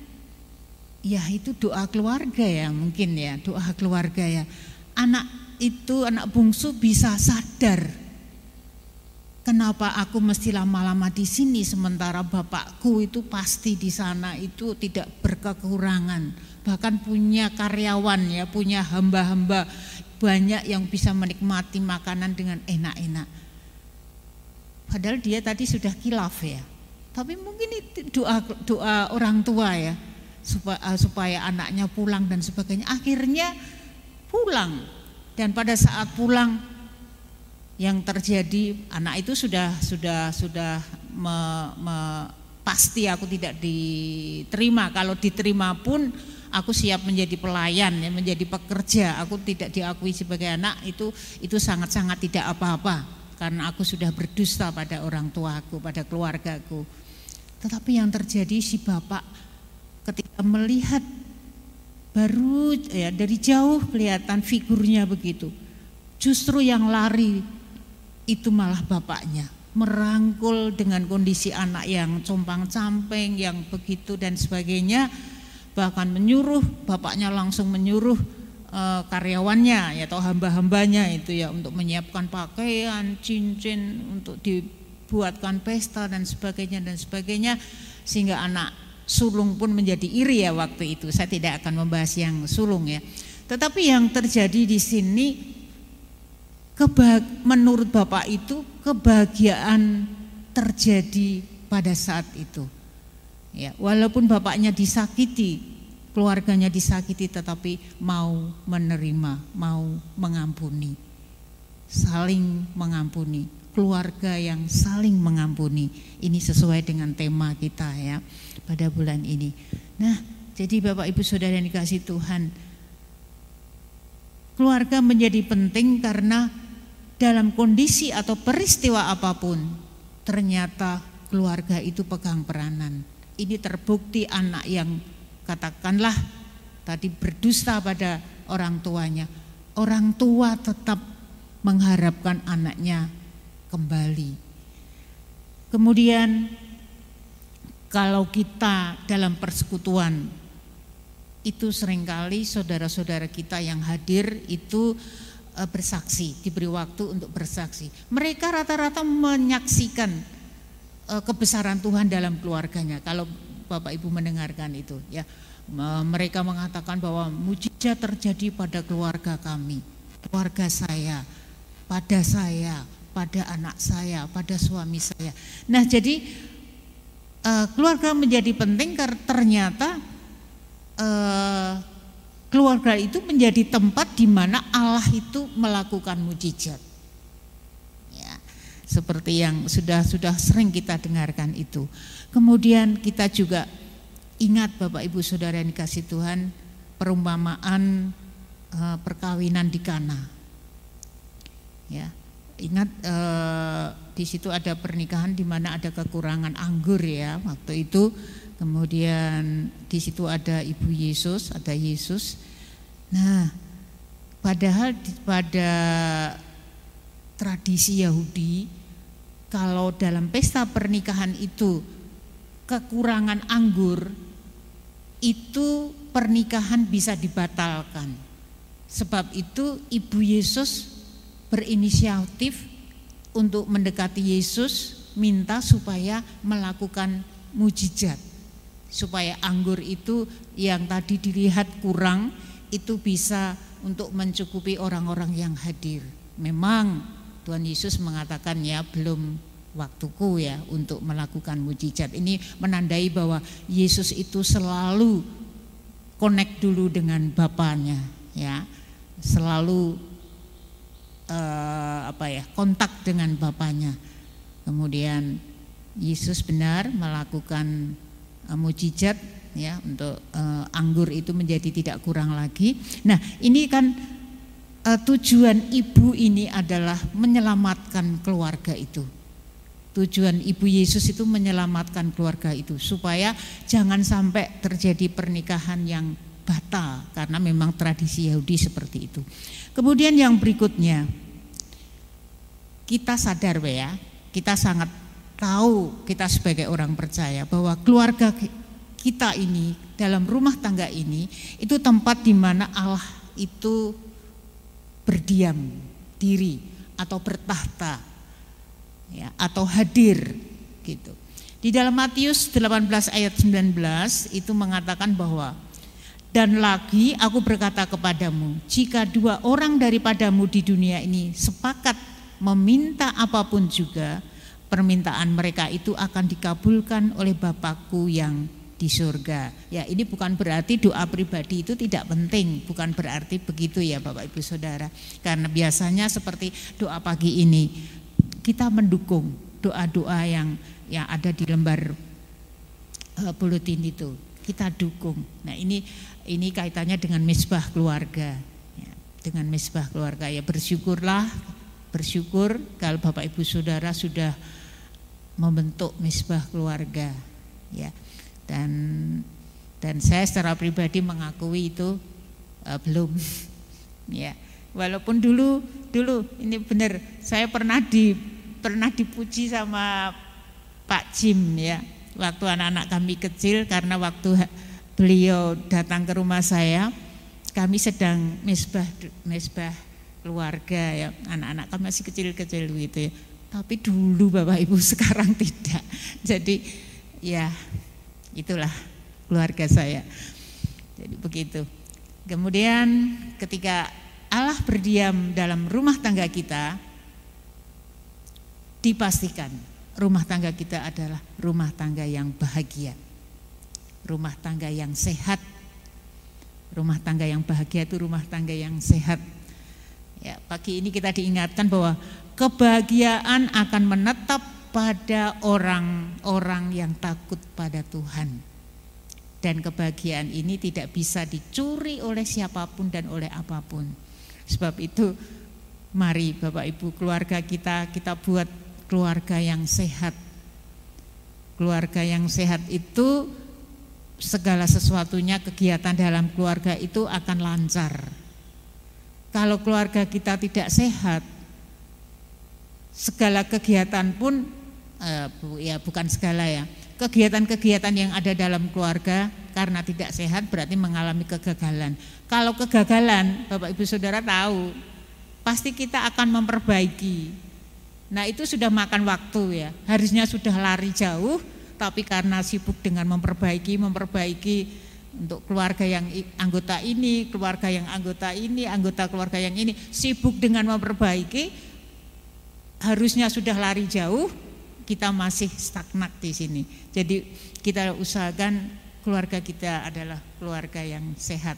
C: ya itu doa keluarga ya, mungkin ya doa keluarga ya. Anak itu, anak bungsu bisa sadar, kenapa aku mesti lama-lama di sini sementara bapakku itu pasti di sana itu tidak berkekurangan, bahkan punya karyawan ya, punya hamba-hamba banyak yang bisa menikmati makanan dengan enak-enak. Padahal dia tadi sudah khilaf ya, tapi mungkin itu doa doa orang tua ya supaya, supaya anaknya pulang dan sebagainya. Akhirnya pulang, dan pada saat pulang yang terjadi anak itu sudah sudah sudah me, me, pasti aku tidak diterima. Kalau diterima pun aku siap menjadi pelayan ya, menjadi pekerja. Aku tidak diakui sebagai anak, itu itu sangat-sangat tidak apa-apa karena aku sudah berdusta pada orang tuaku, pada keluargaku. Tetapi yang terjadi si bapak ketika melihat baru ya dari jauh kelihatan figurnya begitu, justru yang lari itu malah bapaknya, merangkul dengan kondisi anak yang compang-camping yang begitu dan sebagainya. Bahkan menyuruh, bapaknya langsung menyuruh e, karyawannya ya, atau hamba-hambanya itu ya untuk menyiapkan pakaian, cincin untuk dibuatkan pesta dan sebagainya dan sebagainya, sehingga anak sulung pun menjadi iri ya waktu itu. Saya tidak akan membahas yang sulung ya. Tetapi yang terjadi di sini, kebah- menurut bapak itu kebahagiaan terjadi pada saat itu. Ya, walaupun bapaknya disakiti, keluarganya disakiti, tetapi mau menerima, mau mengampuni, saling mengampuni, keluarga yang saling mengampuni. Ini sesuai dengan tema kita ya pada bulan ini. Nah, jadi Bapak Ibu Saudara yang dikasihi Tuhan, keluarga menjadi penting karena dalam kondisi atau peristiwa apapun ternyata keluarga itu pegang peranan. Ini terbukti anak yang katakanlah tadi berdusta pada orang tuanya, orang tua tetap mengharapkan anaknya kembali. Kemudian kalau kita dalam persekutuan itu seringkali saudara-saudara kita yang hadir itu uh, bersaksi, diberi waktu untuk bersaksi. Mereka rata-rata menyaksikan uh, kebesaran Tuhan dalam keluarganya. Kalau Bapak Ibu mendengarkan itu, ya, uh, mereka mengatakan bahwa mujizat terjadi pada keluarga kami, keluarga saya, pada saya, pada anak saya, pada suami saya. Nah, jadi uh, keluarga menjadi penting karena ternyata uh, keluarga itu menjadi tempat di mana Allah itu melakukan mujizat. Ya, seperti yang sudah sudah sering kita dengarkan itu. Kemudian kita juga ingat Bapak Ibu Saudara yang dikasih Tuhan, perumpamaan uh, perkawinan di Kana. Ya, ingat uh, di situ ada pernikahan di mana ada kekurangan anggur ya waktu itu. Kemudian di situ ada Ibu Yesus, ada Yesus. Nah, padahal pada tradisi Yahudi, kalau dalam pesta pernikahan itu kekurangan anggur, itu pernikahan bisa dibatalkan. Sebab itu Ibu Yesus berinisiatif untuk mendekati Yesus, minta supaya melakukan mujizat. Supaya anggur itu yang tadi dilihat kurang itu bisa untuk mencukupi orang-orang yang hadir. Memang Tuhan Yesus mengatakan ya belum waktuku ya untuk melakukan mujizat. Ini menandai bahwa Yesus itu selalu connect dulu dengan Bapaknya ya. Selalu uh, apa ya, kontak dengan Bapaknya. Kemudian Yesus benar melakukan mujizat ya untuk uh, anggur itu menjadi tidak kurang lagi. Nah, ini kan uh, tujuan ibu ini adalah menyelamatkan keluarga itu. Tujuan Ibu Yesus itu menyelamatkan keluarga itu supaya jangan sampai terjadi pernikahan yang batal karena memang tradisi Yahudi seperti itu. Kemudian yang berikutnya, kita sadar ya, kita sangat tahu, kita sebagai orang percaya bahwa keluarga kita ini dalam rumah tangga ini itu tempat di mana Allah itu berdiam diri atau bertahta ya, atau hadir gitu. Di dalam Matius delapan belas ayat sembilan belas itu mengatakan bahwa dan lagi aku berkata kepadamu, jika dua orang daripadamu di dunia ini sepakat meminta apapun juga, permintaan mereka itu akan dikabulkan oleh Bapakku yang di surga. Ya, ini bukan berarti doa pribadi itu tidak penting, bukan berarti begitu ya Bapak Ibu Saudara. Karena biasanya seperti doa pagi ini kita mendukung doa-doa yang yang ada di lembar uh, buletin itu. Kita dukung. Nah, ini ini kaitannya dengan misbah keluarga. Ya, dengan misbah keluarga ya, bersyukurlah, bersyukur kalau Bapak Ibu Saudara sudah membentuk misbah keluarga ya, dan dan saya secara pribadi mengakui itu uh, belum ya, walaupun dulu dulu ini benar saya pernah di pernah dipuji sama Pak Jim ya waktu anak-anak kami kecil, karena waktu beliau datang ke rumah saya kami sedang misbah misbah keluarga ya, anak-anak kami masih kecil-kecil gitu ya. Tapi dulu Bapak Ibu, sekarang tidak. Jadi ya itulah keluarga saya. Jadi begitu. Kemudian ketika Allah berdiam dalam rumah tangga kita, dipastikan rumah tangga kita adalah rumah tangga yang bahagia, rumah tangga yang sehat. Rumah tangga yang bahagia itu rumah tangga yang sehat. Ya, pagi ini kita diingatkan bahwa kebahagiaan akan menetap pada orang-orang yang takut pada Tuhan. Dan kebahagiaan ini tidak bisa dicuri oleh siapapun dan oleh apapun. Sebab itu mari Bapak Ibu, keluarga kita, kita buat keluarga yang sehat. Keluarga yang sehat itu segala sesuatunya, kegiatan dalam keluarga itu akan lancar. Kalau keluarga kita tidak sehat, segala kegiatan pun eh, ya bukan segala ya, kegiatan-kegiatan yang ada dalam keluarga karena tidak sehat berarti mengalami kegagalan. Kalau kegagalan, Bapak Ibu Saudara tahu pasti kita akan memperbaiki. Nah itu sudah makan waktu ya, harusnya sudah lari jauh, tapi karena sibuk dengan memperbaiki, memperbaiki untuk keluarga yang anggota ini, keluarga yang anggota ini, anggota keluarga yang ini, sibuk dengan memperbaiki, harusnya sudah lari jauh, kita masih stagnan di sini. Jadi kita usahakan keluarga kita adalah keluarga yang sehat.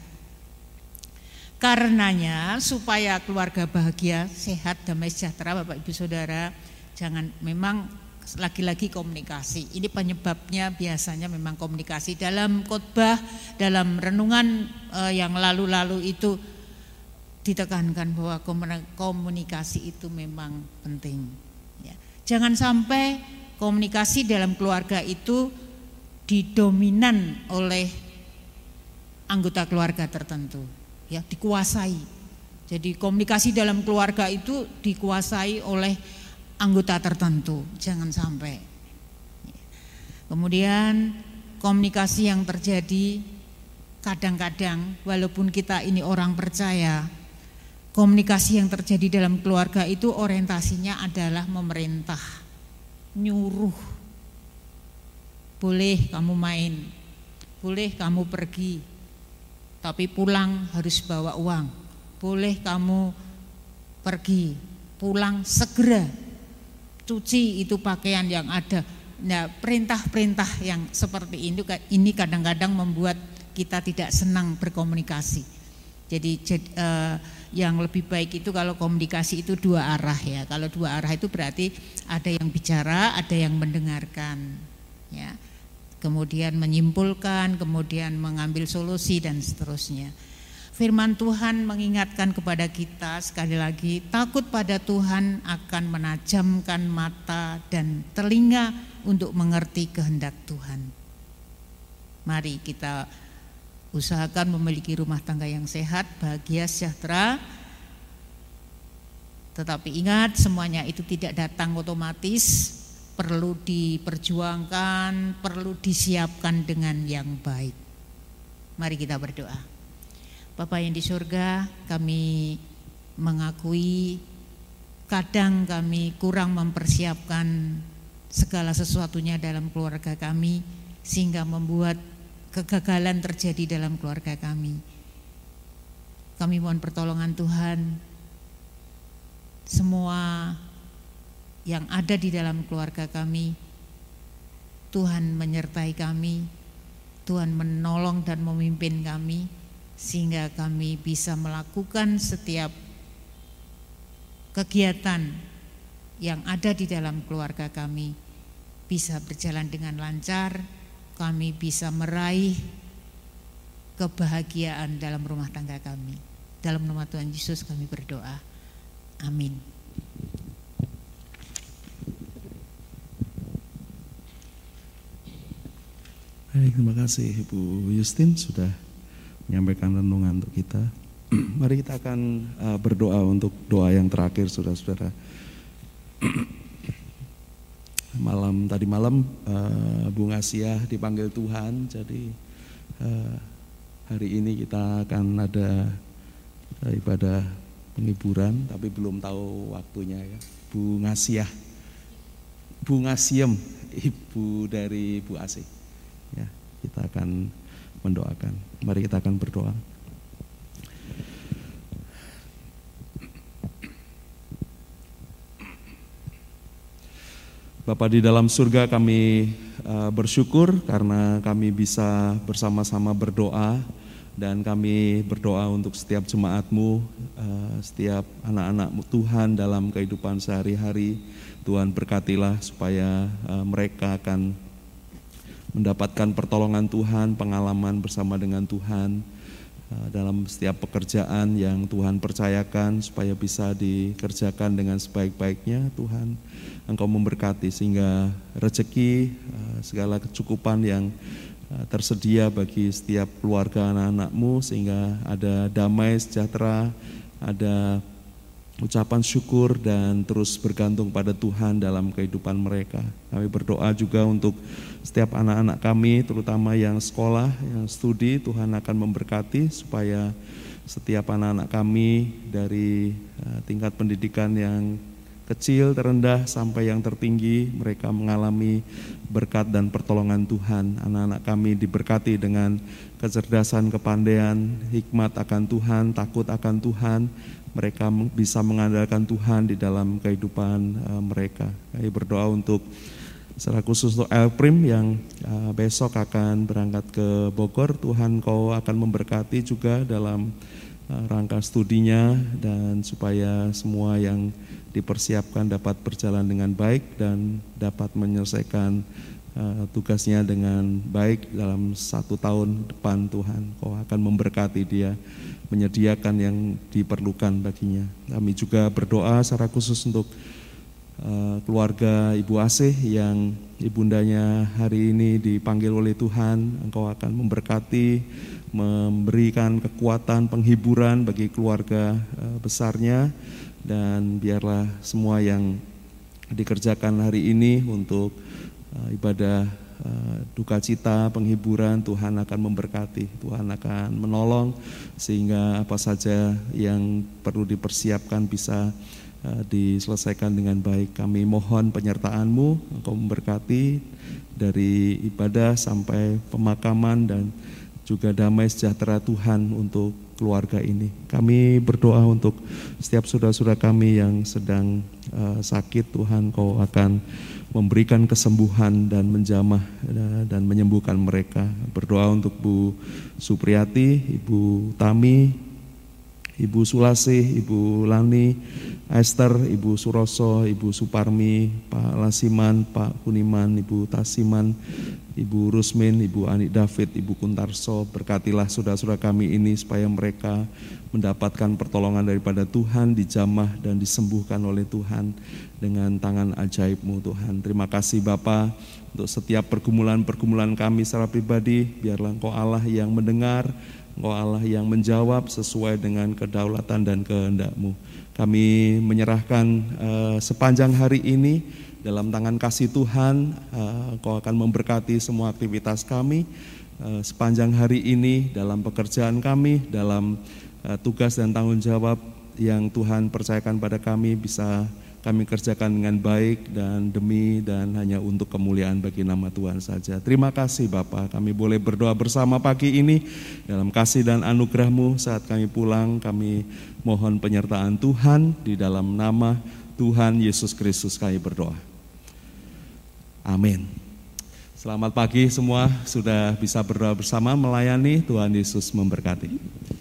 C: Karenanya supaya keluarga bahagia, sehat, damai sejahtera, Bapak Ibu Saudara, jangan memang lagi-lagi komunikasi. Ini penyebabnya biasanya memang komunikasi. Dalam khotbah, dalam renungan eh, yang lalu-lalu itu ditekankan bahwa komunikasi itu memang penting. Ya. Jangan sampai komunikasi dalam keluarga itu didominan oleh anggota keluarga tertentu. Ya, dikuasai. Jadi komunikasi dalam keluarga itu dikuasai oleh anggota tertentu, jangan sampai. Kemudian komunikasi yang terjadi kadang-kadang walaupun kita ini orang percaya, komunikasi yang terjadi dalam keluarga itu orientasinya adalah memerintah, nyuruh. Boleh kamu main, boleh kamu pergi, tapi pulang harus bawa uang. Boleh kamu pergi, pulang segera, cuci itu pakaian yang ada. Nah, perintah-perintah yang seperti ini ini kadang-kadang membuat kita tidak senang berkomunikasi. Jadi eh, yang lebih baik itu kalau komunikasi itu dua arah ya. Kalau dua arah itu berarti ada yang bicara, ada yang mendengarkan. Ya. Kemudian menyimpulkan, kemudian mengambil solusi dan seterusnya. Firman Tuhan mengingatkan kepada kita sekali lagi, takut pada Tuhan akan menajamkan mata dan telinga untuk mengerti kehendak Tuhan. Mari kita usahakan memiliki rumah tangga yang sehat, bahagia, sejahtera. Tetapi ingat, semuanya itu tidak datang otomatis. Perlu diperjuangkan, perlu disiapkan dengan yang baik. Mari kita berdoa. Bapa yang di surga, kami mengakui kadang kami kurang mempersiapkan segala sesuatunya dalam keluarga kami, sehingga membuat kegagalan terjadi dalam keluarga kami. Kami mohon pertolongan Tuhan, semua yang ada di dalam keluarga kami, Tuhan menyertai kami, Tuhan menolong dan memimpin kami, sehingga kami bisa melakukan setiap kegiatan yang ada di dalam keluarga kami bisa berjalan dengan lancar, kami bisa meraih kebahagiaan dalam rumah tangga kami. Dalam nama Tuhan Yesus kami berdoa, amin.
D: Baik, terima kasih Ibu Justin sudah menyampaikan renungan untuk kita. Mari kita akan uh, berdoa untuk doa yang terakhir, saudara-saudara. Malam tadi malam uh, Bu Ngasia dipanggil Tuhan, jadi uh, hari ini kita akan ada uh, ibadah penghiburan, tapi belum tahu waktunya ya. Bu Ngasia, Bu Ngasiem, ibu dari Bu Asih. Ya, kita akan mendoakan. Mari kita akan berdoa. Bapa di dalam surga, kami uh, bersyukur karena kami bisa bersama-sama berdoa, dan kami berdoa untuk setiap jemaat-Mu, uh, setiap anak-anak-Mu Tuhan dalam kehidupan sehari-hari. Tuhan berkatilah supaya uh, mereka akan mendapatkan pertolongan Tuhan, pengalaman bersama dengan Tuhan dalam setiap pekerjaan yang Tuhan percayakan, supaya bisa dikerjakan dengan sebaik-baiknya. Tuhan, Engkau memberkati sehingga rezeki, segala kecukupan yang tersedia bagi setiap keluarga anak-anak-Mu, sehingga ada damai sejahtera, ada ucapan syukur dan terus bergantung pada Tuhan dalam kehidupan mereka. Kami berdoa juga untuk setiap anak-anak kami, terutama yang sekolah, yang studi, Tuhan akan memberkati supaya setiap anak-anak kami dari uh, tingkat pendidikan yang kecil, terendah, sampai yang tertinggi, mereka mengalami berkat dan pertolongan Tuhan. Anak-anak kami diberkati dengan kecerdasan, kepandaian, hikmat akan Tuhan, takut akan Tuhan. Mereka bisa mengandalkan Tuhan di dalam kehidupan uh, mereka. Kami berdoa untuk secara khusus untuk Elprim yang uh, besok akan berangkat ke Bogor. Tuhan, Kau akan memberkati juga dalam uh, rangka studinya, dan supaya semua yang dipersiapkan dapat berjalan dengan baik dan dapat menyelesaikan uh, tugasnya dengan baik dalam satu tahun depan. Tuhan, Kau akan memberkati dia, menyediakan yang diperlukan baginya. Kami juga berdoa secara khusus untuk uh, keluarga Ibu Asih yang ibundanya hari ini dipanggil oleh Tuhan. Engkau akan memberkati, memberikan kekuatan, penghiburan bagi keluarga uh, besarnya. Dan biarlah semua yang dikerjakan hari ini untuk uh, ibadah uh, duka cita, penghiburan, Tuhan akan memberkati, Tuhan akan menolong sehingga apa saja yang perlu dipersiapkan bisa uh, diselesaikan dengan baik. Kami mohon penyertaan-Mu, Engkau memberkati dari ibadah sampai pemakaman, dan juga damai sejahtera Tuhan untuk keluarga ini. Kami berdoa untuk setiap saudara-saudara kami yang sedang uh, sakit. Tuhan, Kau akan memberikan kesembuhan dan menjamah uh, dan menyembuhkan mereka. Berdoa untuk Bu Supriyati, Ibu Tami, Ibu Sulasih, Ibu Lani, Esther, Ibu Suroso, Ibu Suparmi, Pak Lasiman, Pak Kuniman, Ibu Tasiman, Ibu Rusmin, Ibu Anik David, Ibu Kuntarso. Berkatilah saudara-saudara kami ini supaya mereka mendapatkan pertolongan daripada Tuhan, dijamah dan disembuhkan oleh Tuhan dengan tangan ajaib-Mu, Tuhan. Terima kasih Bapa untuk setiap pergumulan-pergumulan kami secara pribadi. Biarlah Engkau Allah yang mendengar, Engkau Allah yang menjawab sesuai dengan kedaulatan dan kehendak-Mu. Kami menyerahkan uh, sepanjang hari ini dalam tangan kasih Tuhan. uh, Engkau akan memberkati semua aktivitas kami uh, sepanjang hari ini, dalam pekerjaan kami, dalam uh, tugas dan tanggung jawab yang Tuhan percayakan pada kami, bisa kami kerjakan dengan baik dan demi dan hanya untuk kemuliaan bagi nama Tuhan saja. Terima kasih Bapa, kami boleh berdoa bersama pagi ini dalam kasih dan anugerah-Mu. Saat kami pulang, kami mohon penyertaan Tuhan. Di dalam nama Tuhan Yesus Kristus kami berdoa. Amin. Selamat pagi semua, sudah bisa berdoa bersama melayani. Tuhan Yesus memberkati.